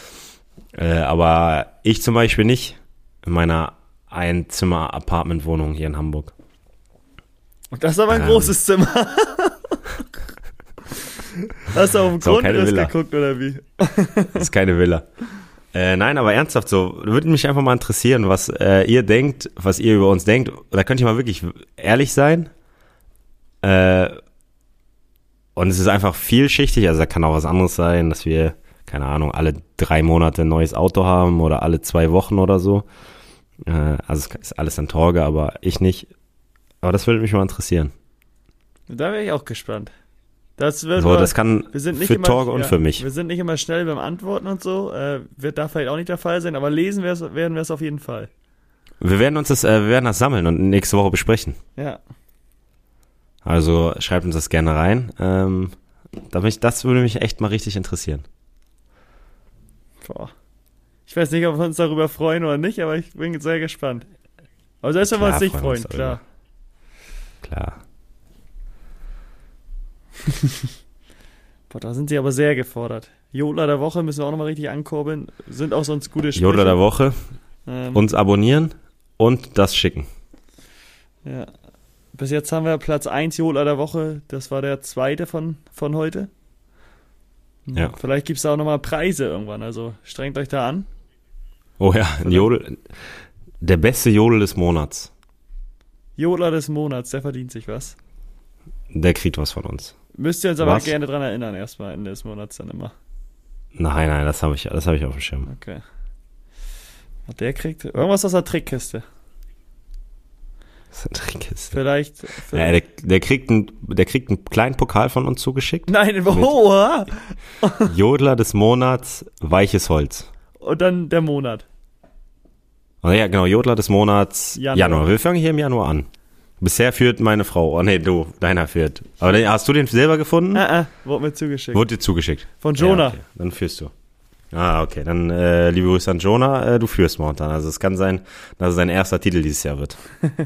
B: Aber ich zum Beispiel nicht in meiner Einzimmer-Apartment-Wohnung hier in Hamburg.
A: Und das ist aber ein großes Zimmer. Hast du auf den Grundriss geguckt, oder wie?
B: Das ist keine Villa. Nein, aber ernsthaft so, würde mich einfach mal interessieren, was ihr denkt, was ihr über uns denkt. Da könnt ihr mal wirklich ehrlich sein. Und es ist einfach vielschichtig, also da kann auch was anderes sein, dass wir, keine Ahnung, alle 3 Monate ein neues Auto haben oder alle 2 Wochen oder so. Also es ist alles an Torge, aber ich nicht. Aber das würde mich mal interessieren.
A: Da wäre ich auch gespannt.
B: Das kann für Torge und für mich.
A: Wir sind nicht immer schnell beim Antworten und so. Wird da vielleicht auch nicht der Fall sein, aber lesen werden wir es auf jeden Fall.
B: Wir werden das sammeln und nächste Woche besprechen.
A: Ja.
B: Also schreibt uns das gerne rein. Das würde mich echt mal richtig interessieren.
A: Boah. Ich weiß nicht, ob wir uns darüber freuen oder nicht, aber ich bin sehr gespannt. Aber selbst wenn wir uns nicht freuen, klar.
B: Klar.
A: Boah, da sind sie aber sehr gefordert. Jodler der Woche müssen wir auch nochmal richtig ankurbeln. Sind auch sonst gute Sprüche.
B: Jodler der Woche. Uns abonnieren und das schicken.
A: Ja. Bis jetzt haben wir Platz 1 Jodler der Woche. Das war der zweite von heute.
B: Ja.
A: Vielleicht gibt es da auch nochmal Preise irgendwann. Also strengt euch da an.
B: Oh ja, ein Jodel. Der beste Jodel des Monats.
A: Jodler des Monats, der verdient sich was.
B: Der kriegt was von uns.
A: Müsst ihr uns aber
B: Was?
A: gerne dran erinnern, erstmal Ende des Monats dann immer.
B: Nein, das habe ich auf dem Schirm.
A: Okay. Und der kriegt irgendwas aus der Trickkiste.
B: Das ist ein Trickkiste.
A: Vielleicht.
B: Ja, der kriegt einen kleinen Pokal von uns zugeschickt.
A: Nein, oha!
B: Jodler des Monats, weiches Holz.
A: Und dann der Monat.
B: Oh, ja, genau, Jodler des Monats, Januar. Wir fangen hier im Januar an. Bisher führt meine Frau. Oh nee, deiner führt. Aber hast du den selber gefunden?
A: Wurde mir zugeschickt.
B: Wurde dir zugeschickt.
A: Von Jonah.
B: Ja, okay. Dann führst du. Okay. Dann liebe Grüße an Jonah. Du führst momentan. Also es kann sein, dass es dein erster Titel dieses Jahr wird.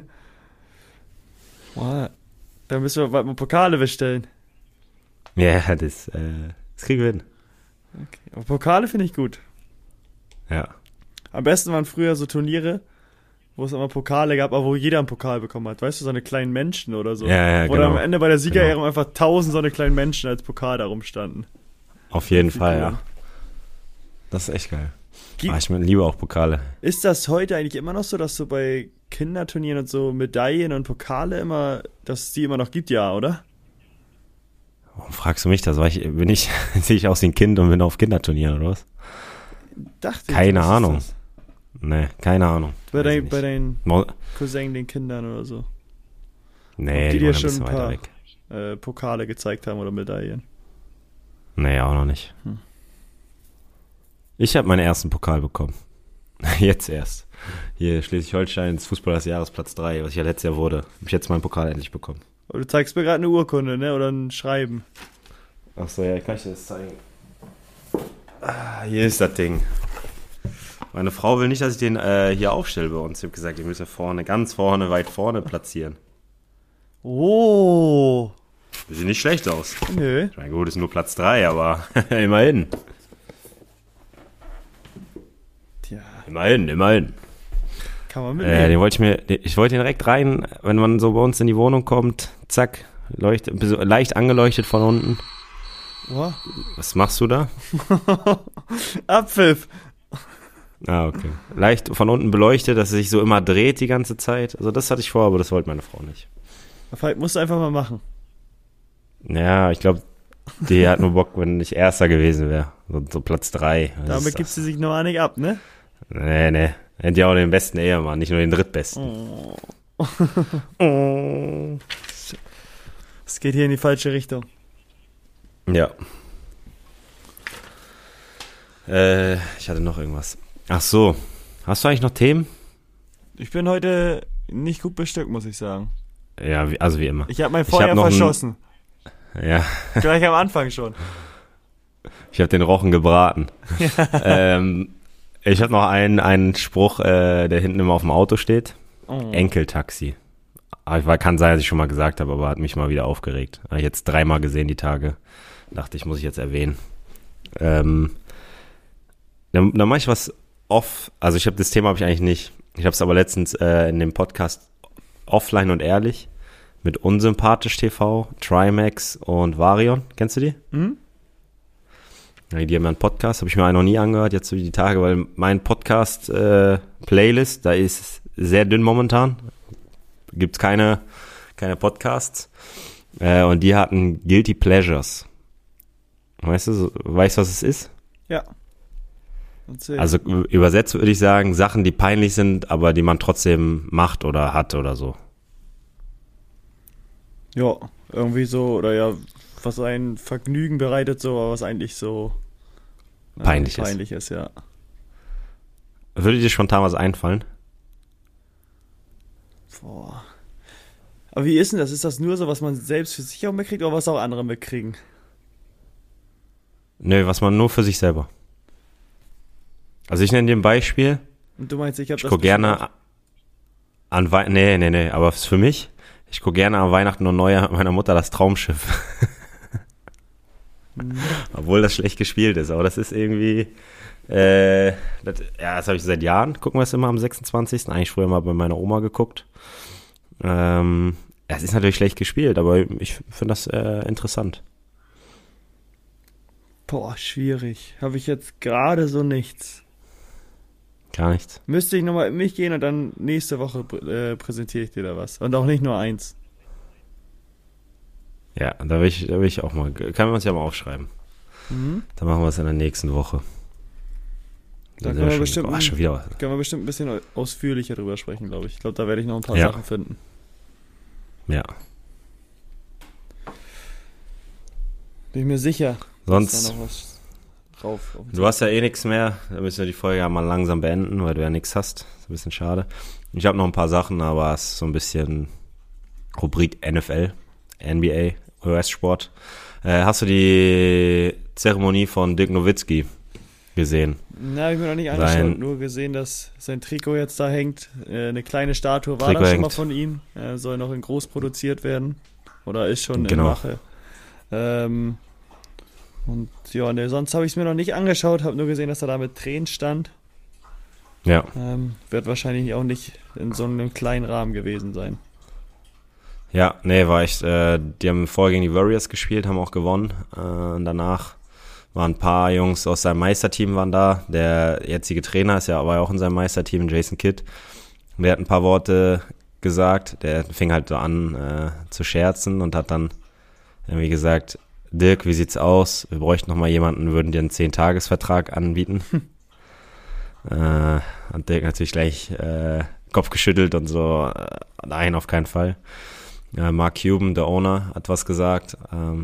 A: Boah, da müssen wir bald mal Pokale bestellen.
B: Ja, das kriegen wir hin.
A: Okay. Aber Pokale finde ich gut.
B: Ja.
A: Am besten waren früher so Turniere, wo es immer Pokale gab, aber wo jeder einen Pokal bekommen hat. Weißt du, so eine kleinen Menschen oder so.
B: Ja,
A: wo
B: genau.
A: dann am Ende bei der Siegerehrung einfach 1000 so eine kleinen Menschen als Pokal da rumstanden.
B: Auf jeden Fall,
A: cool.
B: ja. Das ist echt geil. Ich liebe auch Pokale.
A: Ist das heute eigentlich immer noch so, dass du bei Kinderturnieren und so Medaillen und Pokale immer, dass es die immer noch gibt? Ja, oder?
B: Warum fragst du mich das? Sehe ich aus wie ein Kind und bin auf Kinderturnieren oder was?
A: Dachte ich.
B: Keine
A: was ist
B: Ahnung.
A: das?
B: Nee, keine Ahnung.
A: Bei
B: Weiß ich nicht.
A: deinen Cousin, den Kindern oder so.
B: Nee,
A: die
B: die
A: dir
B: wohnen ein
A: schon
B: bisschen
A: ein
B: weiter
A: paar
B: weg.
A: Pokale gezeigt haben oder Medaillen.
B: Nee, auch noch nicht. Ich habe meinen ersten Pokal bekommen. Jetzt erst. Hier Schleswig-Holsteins Fußballer des Jahres Platz 3, was ich ja letztes Jahr wurde. Habe ich jetzt meinen Pokal endlich bekommen.
A: Aber du zeigst mir gerade eine Urkunde, ne? Oder ein Schreiben.
B: Achso, ja, kann ich dir das zeigen. Hier ist das Ding. Meine Frau will nicht, dass ich den hier aufstelle bei uns. Ich habe gesagt, ich müsse ganz vorne, weit vorne platzieren.
A: Oh.
B: Sieht nicht schlecht aus.
A: Nö.
B: Ich meine, gut, ist nur Platz 3, aber immerhin.
A: Tja,
B: Immerhin.
A: kann man mitnehmen.
B: Ich wollte den direkt rein, wenn man so bei uns in die Wohnung kommt, zack, leicht angeleuchtet von unten.
A: Oh.
B: Was machst du da?
A: Abpfiff.
B: Okay. Leicht von unten beleuchtet, dass es sich so immer dreht die ganze Zeit. Also das hatte ich vor, aber das wollte meine Frau nicht.
A: Vielleicht musst du einfach mal machen.
B: Ja, ich glaube, die hat nur Bock, wenn ich Erster gewesen wäre. So Platz 3.
A: Damit gibt sie sich noch nicht ab, ne?
B: Nee. Hätte ja auch den besten Ehemann, nicht nur den drittbesten.
A: Oh. Es geht hier in die falsche Richtung.
B: Ja. Ich hatte noch irgendwas. Ach so. Hast du eigentlich noch Themen?
A: Ich bin heute nicht gut bestückt, muss ich sagen.
B: Ja, wie immer.
A: Ich habe mein Feuer verschossen.
B: Ja.
A: Gleich am Anfang schon.
B: Ich habe den Rochen gebraten. Ich habe noch einen Spruch, der hinten immer auf dem Auto steht.
A: Oh.
B: Enkeltaxi. Kann sein, dass ich schon mal gesagt habe, aber hat mich mal wieder aufgeregt. Habe ich jetzt 3-mal gesehen die Tage. Dachte ich, muss ich jetzt erwähnen. Da mache ich was off. Also das Thema habe ich eigentlich nicht. Ich habe es aber letztens in dem Podcast Offline und Ehrlich mit Unsympathisch TV, Trimax und Varion. Kennst du die?
A: Mhm.
B: Ja, die haben ja einen Podcast, habe ich mir noch nie angehört, jetzt so die Tage, weil mein Podcast-Playlist, da ist sehr dünn momentan. Gibt's keine Podcasts. Und die hatten Guilty Pleasures. Weißt du, was es ist?
A: Ja. Erzähl.
B: Also übersetzt würde ich sagen, Sachen, die peinlich sind, aber die man trotzdem macht oder hat oder so.
A: Ja, irgendwie so, oder ja, was ein Vergnügen bereitet, so, aber was eigentlich so
B: Peinlich
A: ist, ja.
B: Würde dir spontan was einfallen?
A: Boah. Aber wie ist denn das? Ist das nur so, was man selbst für sich auch mitkriegt oder was auch andere mitkriegen?
B: Nö, was man nur für sich selber. Also ich nenne dir ein Beispiel.
A: Und du meinst, ich habe
B: Ich gucke gerne an Weihnachten, nee, aber für mich, ich gucke gerne an Weihnachten und Neujahr mit meiner Mutter das Traumschiff. Obwohl das schlecht gespielt ist, aber das ist irgendwie, das habe ich seit Jahren, gucken wir es immer am 26. Eigentlich früher mal bei meiner Oma geguckt. Es ist natürlich schlecht gespielt, aber ich finde das interessant.
A: Boah, schwierig. Habe ich jetzt gerade so nichts.
B: Gar nichts.
A: Müsste ich nochmal in mich gehen und dann nächste Woche präsentiere ich dir da was. Und auch nicht nur eins.
B: Ja, da will ich auch mal, kann man uns ja mal aufschreiben. Dann machen wir es in der nächsten Woche.
A: Da können wir bestimmt ein bisschen ausführlicher drüber sprechen, glaube ich. Ich glaube, da werde ich noch ein paar Sachen finden.
B: Ja.
A: Bin ich mir sicher.
B: Sonst,
A: da noch was drauf.
B: Du hast ja eh nichts mehr. Da müssen wir die Folge ja mal langsam beenden, weil du ja nichts hast. Ist ein bisschen schade. Ich habe noch ein paar Sachen, aber es ist so ein bisschen Rubrik NFL, NBA, US-Sport. Hast du die Zeremonie von Dirk Nowitzki gesehen?
A: Na, habe ich mir noch nicht angeschaut. Nur gesehen, dass sein Trikot jetzt da hängt. Eine kleine Statue war da schon mal von ihm. Soll noch in groß produziert werden. Oder ist schon in Mache. Und ja, ne, sonst habe ich es mir noch nicht angeschaut. Habe nur gesehen, dass er da mit Tränen stand.
B: Ja.
A: Wird wahrscheinlich auch nicht in so einem kleinen Rahmen gewesen sein.
B: Ja, nee, war echt, die haben vorher gegen die Warriors gespielt, haben auch gewonnen. Danach waren ein paar Jungs aus seinem Meisterteam waren da. Der jetzige Trainer war ja auch in seinem Meisterteam, Jason Kidd. Der hat ein paar Worte gesagt. Der fing halt so an zu scherzen und hat dann irgendwie gesagt, Dirk, wie sieht's aus? Wir bräuchten noch mal jemanden, würden dir einen 10-Tages-Vertrag anbieten. Hat Dirk natürlich gleich Kopf geschüttelt und so, nein, auf keinen Fall. Mark Cuban, der Owner, hat was gesagt.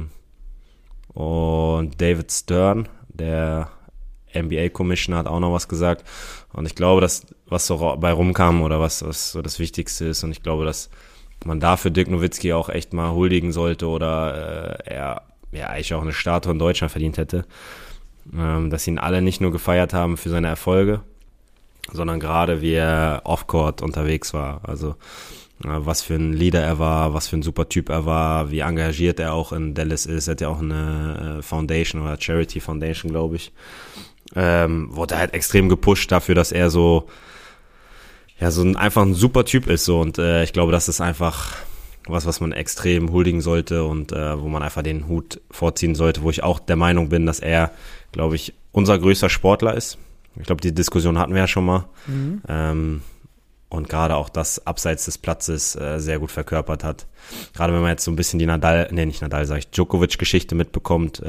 B: Und David Stern, der NBA-Commissioner, hat auch noch was gesagt. Und ich glaube, dass was so bei rumkam oder was so das Wichtigste ist. Und ich glaube, dass man dafür Dirk Nowitzki auch echt mal huldigen sollte oder er eigentlich auch eine Statue in Deutschland verdient hätte. Dass ihn alle nicht nur gefeiert haben für seine Erfolge, sondern gerade wie er off-court unterwegs war. Also was für ein Leader er war, was für ein super Typ er war, wie engagiert er auch in Dallas ist. Er hat ja auch eine Foundation oder Charity Foundation, glaube ich. Wurde halt extrem gepusht dafür, dass er einfach ein super Typ ist. So. Und ich glaube, das ist einfach was man extrem huldigen sollte und wo man einfach den Hut vorziehen sollte, wo ich auch der Meinung bin, dass er, glaube ich, unser größter Sportler ist. Ich glaube, die Diskussion hatten wir ja schon mal. Und gerade auch das abseits des Platzes sehr gut verkörpert hat. Gerade wenn man jetzt so ein bisschen die Djokovic-Geschichte mitbekommt,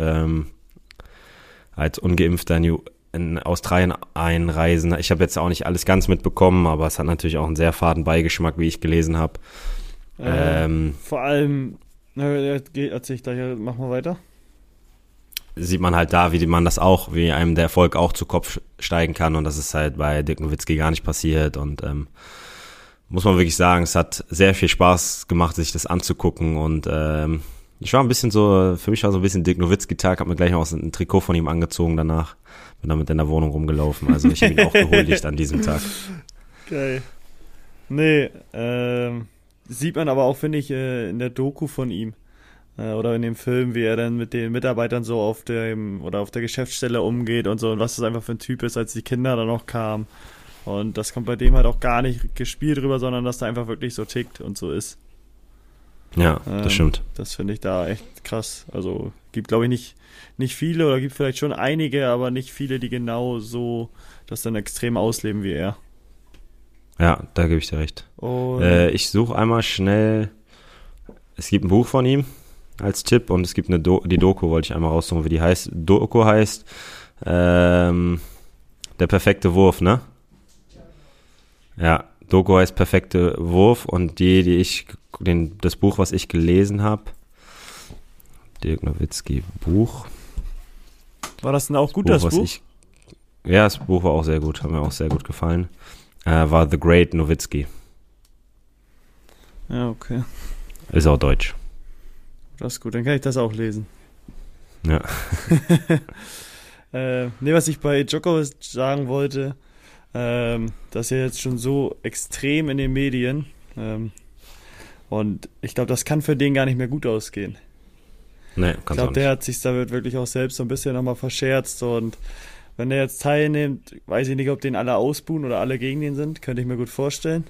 B: als Ungeimpfter in Australien einreisen. Ich habe jetzt auch nicht alles ganz mitbekommen, aber es hat natürlich auch einen sehr faden Beigeschmack, wie ich gelesen habe.
A: Vor allem, erzähl ich gleich, mach mal weiter.
B: Sieht man halt da, wie einem der Erfolg auch zu Kopf steigen kann und das ist halt bei Dirk Nowitzki gar nicht passiert und muss man wirklich sagen, es hat sehr viel Spaß gemacht, sich das anzugucken und ich war ein bisschen so, für mich war so ein bisschen Dirk Nowitzki-Tag, habe mir gleich auch ein Trikot von ihm angezogen danach, bin damit in der Wohnung rumgelaufen, also ich habe ihn auch gehuldigt an diesem Tag.
A: Geil. Nee, sieht man aber auch, finde ich, in der Doku von ihm. Oder in dem Film, wie er dann mit den Mitarbeitern so auf der Geschäftsstelle umgeht und so und was das einfach für ein Typ ist, als die Kinder dann noch kamen. Und das kommt bei dem halt auch gar nicht gespielt drüber, sondern dass er einfach wirklich so tickt und so ist.
B: Ja, das stimmt.
A: Das finde ich da echt krass. Also gibt, glaube ich, nicht viele oder gibt vielleicht schon einige, aber nicht viele, die genau so das dann extrem ausleben wie er.
B: Ja, da gebe ich dir recht. Ich suche einmal schnell, es gibt ein Buch von ihm als Tipp und es gibt die Doku, wollte ich einmal raussuchen, wie die heißt. Doku heißt Der perfekte Wurf, ne? Ja, Doku heißt Perfekte Wurf und das Buch, was ich gelesen habe, Dirk Nowitzki Buch.
A: War das denn auch gut, das Buch?
B: Ja, das Buch war auch sehr gut, hat mir auch sehr gut gefallen. War The Great Nowitzki.
A: Ja, okay.
B: Ist auch deutsch.
A: Das ist gut, dann kann ich das auch lesen.
B: Ja.
A: Was ich bei Djokovic sagen wollte, dass er jetzt schon so extrem in den Medien und ich glaube, das kann für den gar nicht mehr gut ausgehen.
B: Nee,
A: ich glaube, der hat sich da wirklich auch selbst so ein bisschen nochmal verscherzt und wenn der jetzt teilnimmt, weiß ich nicht, ob den alle ausbuhen oder alle gegen den sind, könnte ich mir gut vorstellen.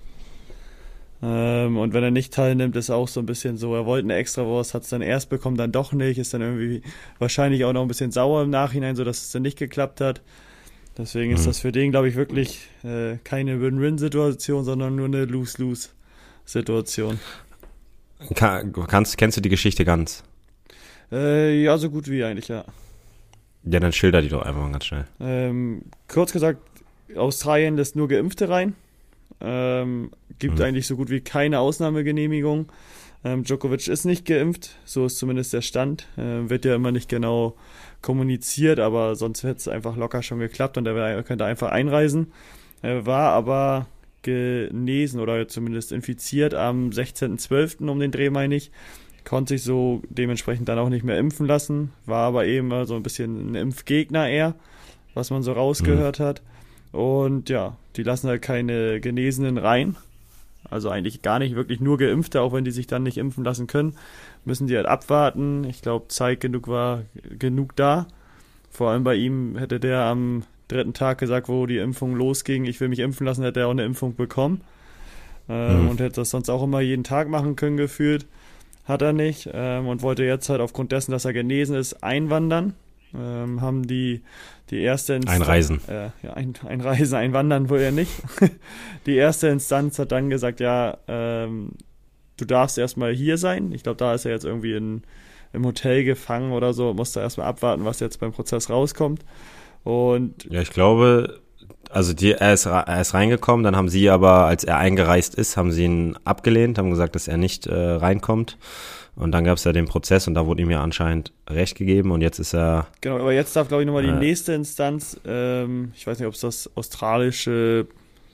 A: Und wenn er nicht teilnimmt, ist auch so ein bisschen so, er wollte eine Extrawurst, hat es dann erst bekommen, dann doch nicht, ist dann irgendwie wahrscheinlich auch noch ein bisschen sauer im Nachhinein, so dass es dann nicht geklappt hat. Deswegen ist das für den, glaube ich, wirklich keine Win-Win-Situation, sondern nur eine Lose-Lose-Situation.
B: Kennst du die Geschichte ganz?
A: Ja, so gut wie eigentlich, ja.
B: Ja, dann schilder die doch einfach mal ganz schnell.
A: Kurz gesagt, Australien lässt nur Geimpfte rein. Gibt eigentlich so gut wie keine Ausnahmegenehmigung. Djokovic ist nicht geimpft, so ist zumindest der Stand. Wird ja immer nicht genau kommuniziert, aber sonst hätte es einfach locker schon geklappt und er könnte einfach einreisen. Er war aber genesen oder zumindest infiziert am 16.12. um den Dreh, meine ich. Konnte sich so dementsprechend dann auch nicht mehr impfen lassen, war aber eben so ein bisschen ein Impfgegner eher, was man so rausgehört hat. Und ja, die lassen halt keine Genesenen rein. Also eigentlich gar nicht, wirklich nur Geimpfte, auch wenn die sich dann nicht impfen lassen können, müssen die halt abwarten. Ich glaube, Zeit genug war genug da. Vor allem bei ihm hätte der am 3. Tag gesagt, wo die Impfung losging, ich will mich impfen lassen, hätte er auch eine Impfung bekommen. Und hätte das sonst auch immer jeden Tag machen können, gefühlt. Hat er nicht. Und wollte jetzt halt aufgrund dessen, dass er genesen ist, einwandern. Haben die erste Instanz...
B: Einreisen.
A: Einreisen, einwandern wohl ja nicht. Die erste Instanz hat dann gesagt, ja, du darfst erstmal hier sein. Ich glaube, da ist er jetzt irgendwie im Hotel gefangen oder so. Musste erstmal abwarten, was jetzt beim Prozess rauskommt. Und
B: ja, ich glaube, also er ist reingekommen, dann haben sie aber, als er eingereist ist, haben sie ihn abgelehnt, haben gesagt, dass er nicht reinkommt. Und dann gab es ja den Prozess und da wurde ihm ja anscheinend Recht gegeben und jetzt ist er...
A: Genau, aber jetzt darf, glaube ich, nochmal die nächste Instanz, ich weiß nicht, ob es das australische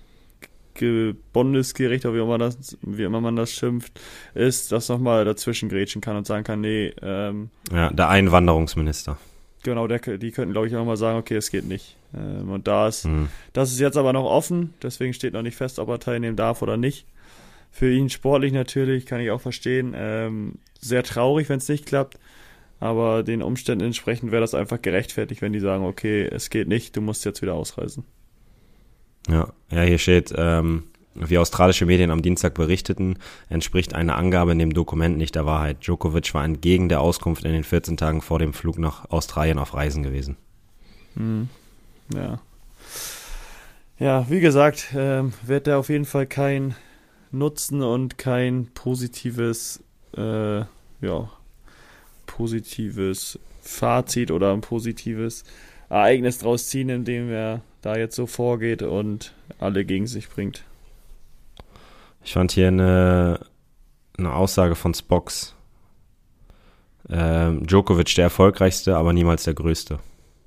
A: Bundesgericht oder wie immer man das schimpft, ist, das nochmal dazwischen grätschen kann und sagen kann, nee...
B: ja, der Einwanderungsminister.
A: Genau, die könnten, glaube ich, auch mal sagen, okay, es geht nicht. Und das ist jetzt aber noch offen, deswegen steht noch nicht fest, ob er teilnehmen darf oder nicht. Für ihn sportlich natürlich, kann ich auch verstehen. Sehr traurig, wenn es nicht klappt, aber den Umständen entsprechend wäre das einfach gerechtfertigt, wenn die sagen, okay, es geht nicht, du musst jetzt wieder ausreisen.
B: Ja, hier steht, wie australische Medien am Dienstag berichteten, entspricht eine Angabe in dem Dokument nicht der Wahrheit. Djokovic war entgegen der Auskunft in den 14 Tagen vor dem Flug nach Australien auf Reisen gewesen.
A: Ja. Ja, wie gesagt, wird er auf jeden Fall kein Nutzen und kein positives Fazit oder ein positives Ereignis draus ziehen, indem er da jetzt so vorgeht und alle gegen sich bringt.
B: Ich fand hier eine Aussage von Spox. Djokovic der erfolgreichste, aber niemals der größte.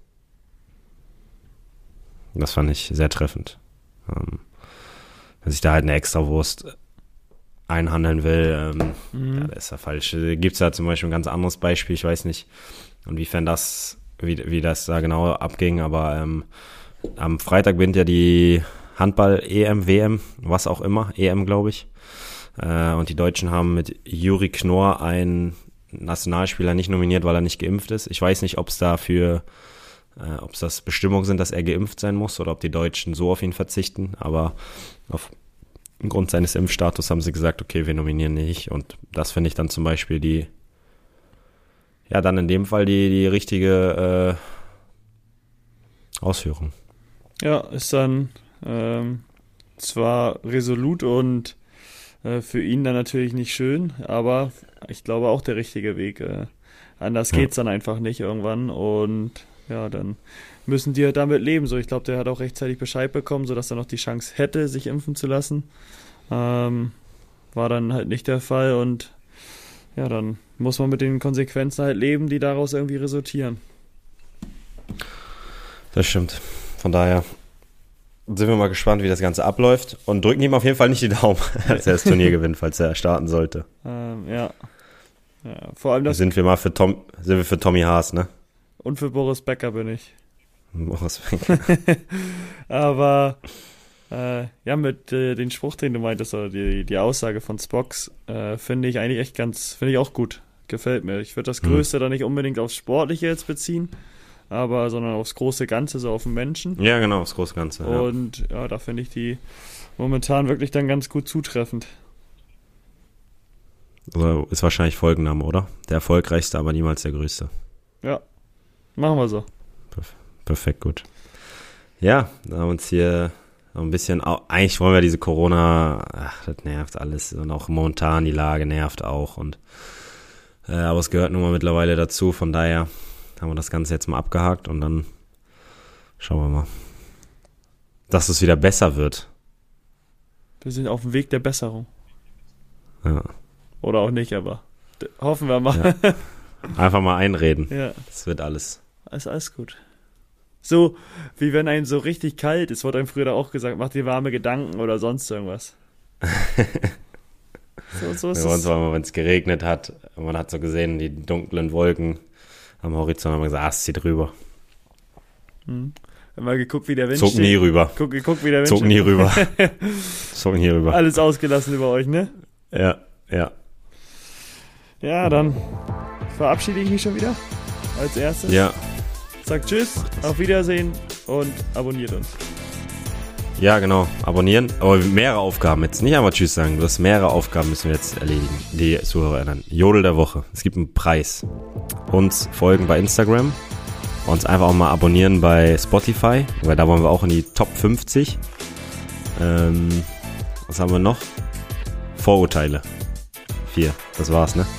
B: Das fand ich sehr treffend. Wenn sich da halt eine Extrawurst einhandeln will, ja, das ist ja falsch. Gibt es da zum Beispiel ein ganz anderes Beispiel, ich weiß nicht, inwiefern wie das da genau abging, aber am Freitag beginnt ja die Handball-EM, WM, was auch immer, EM, glaube ich. Und die Deutschen haben mit Juri Knorr einen Nationalspieler nicht nominiert, weil er nicht geimpft ist. Ich weiß nicht, ob es das Bestimmungen sind, dass er geimpft sein muss oder ob die Deutschen so auf ihn verzichten, aber aufgrund seines Impfstatus haben sie gesagt, okay, wir nominieren nicht und das finde ich dann zum Beispiel dann in dem Fall die richtige Ausführung.
A: Ja, ist dann zwar resolut und für ihn dann natürlich nicht schön, aber ich glaube auch der richtige Weg. Anders geht's dann einfach nicht irgendwann und ja, dann müssen die halt damit leben. So, ich glaube, der hat auch rechtzeitig Bescheid bekommen, sodass er noch die Chance hätte, sich impfen zu lassen. War dann halt nicht der Fall und ja, dann muss man mit den Konsequenzen halt leben, die daraus irgendwie resultieren.
B: Das stimmt. Von daher sind wir mal gespannt, wie das Ganze abläuft und drücken ihm auf jeden Fall nicht die Daumen, als er das Turnier gewinnt, falls er starten sollte.
A: Ja, vor allem das...
B: Sind wir für Tommy Haas, ne?
A: Und für Boris Becker bin ich.
B: Boris Becker.
A: Aber mit den Spruch, den du meintest, oder die Aussage von Spox, finde ich eigentlich echt finde ich auch gut. Gefällt mir. Ich würde das Größte da nicht unbedingt aufs Sportliche jetzt beziehen, sondern aufs große Ganze, so auf den Menschen.
B: Ja, genau, aufs große Ganze.
A: Und ja, da finde ich die momentan wirklich dann ganz gut zutreffend.
B: Also ist wahrscheinlich Folgenname, oder? Der erfolgreichste, aber niemals der größte.
A: Ja, machen wir so.
B: Perfekt, gut. Ja, da haben uns hier ein bisschen, eigentlich wollen wir diese Corona, das nervt alles und auch momentan die Lage nervt auch aber es gehört nun mal mittlerweile dazu, von daher haben wir das Ganze jetzt mal abgehakt und dann schauen wir mal, dass es wieder besser wird.
A: Wir sind auf dem Weg der Besserung.
B: Ja.
A: Oder auch nicht, aber hoffen wir mal.
B: Ja. Einfach mal einreden.
A: Ja.
B: Das wird alles.
A: Ist alles gut. So, wie wenn einem so richtig kalt ist, wurde einem früher auch gesagt, mach dir warme Gedanken oder sonst irgendwas. so ist
B: Bei uns war mal, wenn es geregnet hat, man hat so gesehen, die dunklen Wolken am Horizont, haben wir gesagt, es zieht rüber.
A: Haben wir geguckt, wie der Wind
B: Zog nie rüber.
A: Guck, wie der Wind
B: Zog nie rüber. Zog nie rüber.
A: Alles ausgelassen über euch, ne?
B: Ja.
A: Ja, dann verabschiede ich mich schon wieder als erstes.
B: Ja.
A: Sagt Tschüss, auf Wiedersehen und abonniert uns.
B: Ja, genau. Abonnieren. Aber mehrere Aufgaben jetzt. Nicht einmal Tschüss sagen. Du hast mehrere Aufgaben müssen wir jetzt erledigen. Die Zuhörer erinnern. Jodel der Woche. Es gibt einen Preis. Uns folgen bei Instagram. Uns einfach auch mal abonnieren bei Spotify. Weil da wollen wir auch in die Top 50. Was haben wir noch? Vorurteile. 4. Das war's, ne?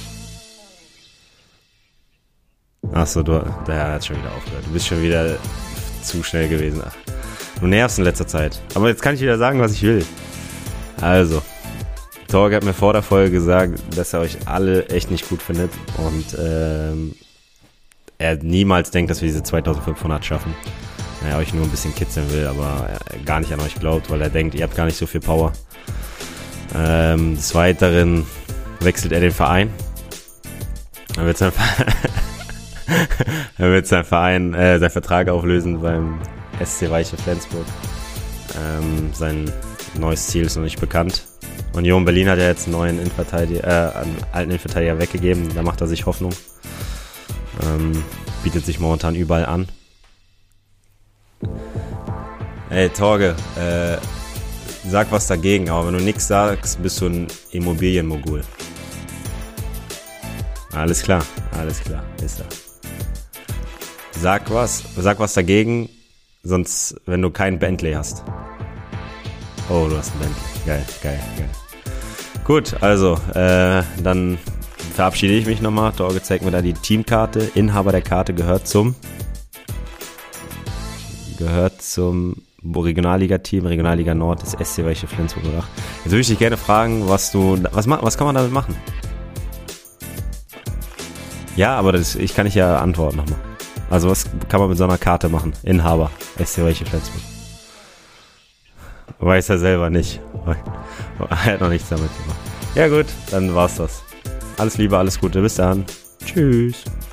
B: Achso, der hat schon wieder aufgehört. Du bist schon wieder zu schnell gewesen. Ach, du nervst in letzter Zeit. Aber jetzt kann ich wieder sagen, was ich will. Also, Torge hat mir vor der Folge gesagt, dass er euch alle echt nicht gut findet. Und er niemals denkt, dass wir diese 2500 schaffen. Er euch nur ein bisschen kitzeln will, aber er gar nicht an euch glaubt, weil er denkt, ihr habt gar nicht so viel Power. Des Weiteren wechselt er den Verein. Er wird seinen Vertrag auflösen beim SC Weiche Flensburg. Sein neues Ziel ist noch nicht bekannt. Union Berlin hat ja jetzt einen neuen alten Innenverteidiger weggegeben. Da macht er sich Hoffnung. Bietet sich momentan überall an. Ey, Torge, sag was dagegen, aber wenn du nichts sagst, bist du ein Immobilienmogul. Alles klar, ist er. Sag was dagegen, sonst, wenn du kein Bentley hast. Oh, du hast ein Bentley. Geil. Gut, also, dann verabschiede ich mich nochmal. Torge zeigt mir da die Teamkarte. Inhaber der Karte gehört zum Regionalliga-Team, Regionalliga Nord des SC Weiche Flensburg. Jetzt würde ich dich gerne fragen, was kann man damit machen? Ja, aber ich kann nicht ja antworten nochmal. Also was kann man mit so einer Karte machen? Inhaber, SC Weiche Flensburg. Weiß er selber nicht. Er hat noch nichts damit gemacht. Ja gut, dann war's das. Alles Liebe, alles Gute, bis dann. Tschüss.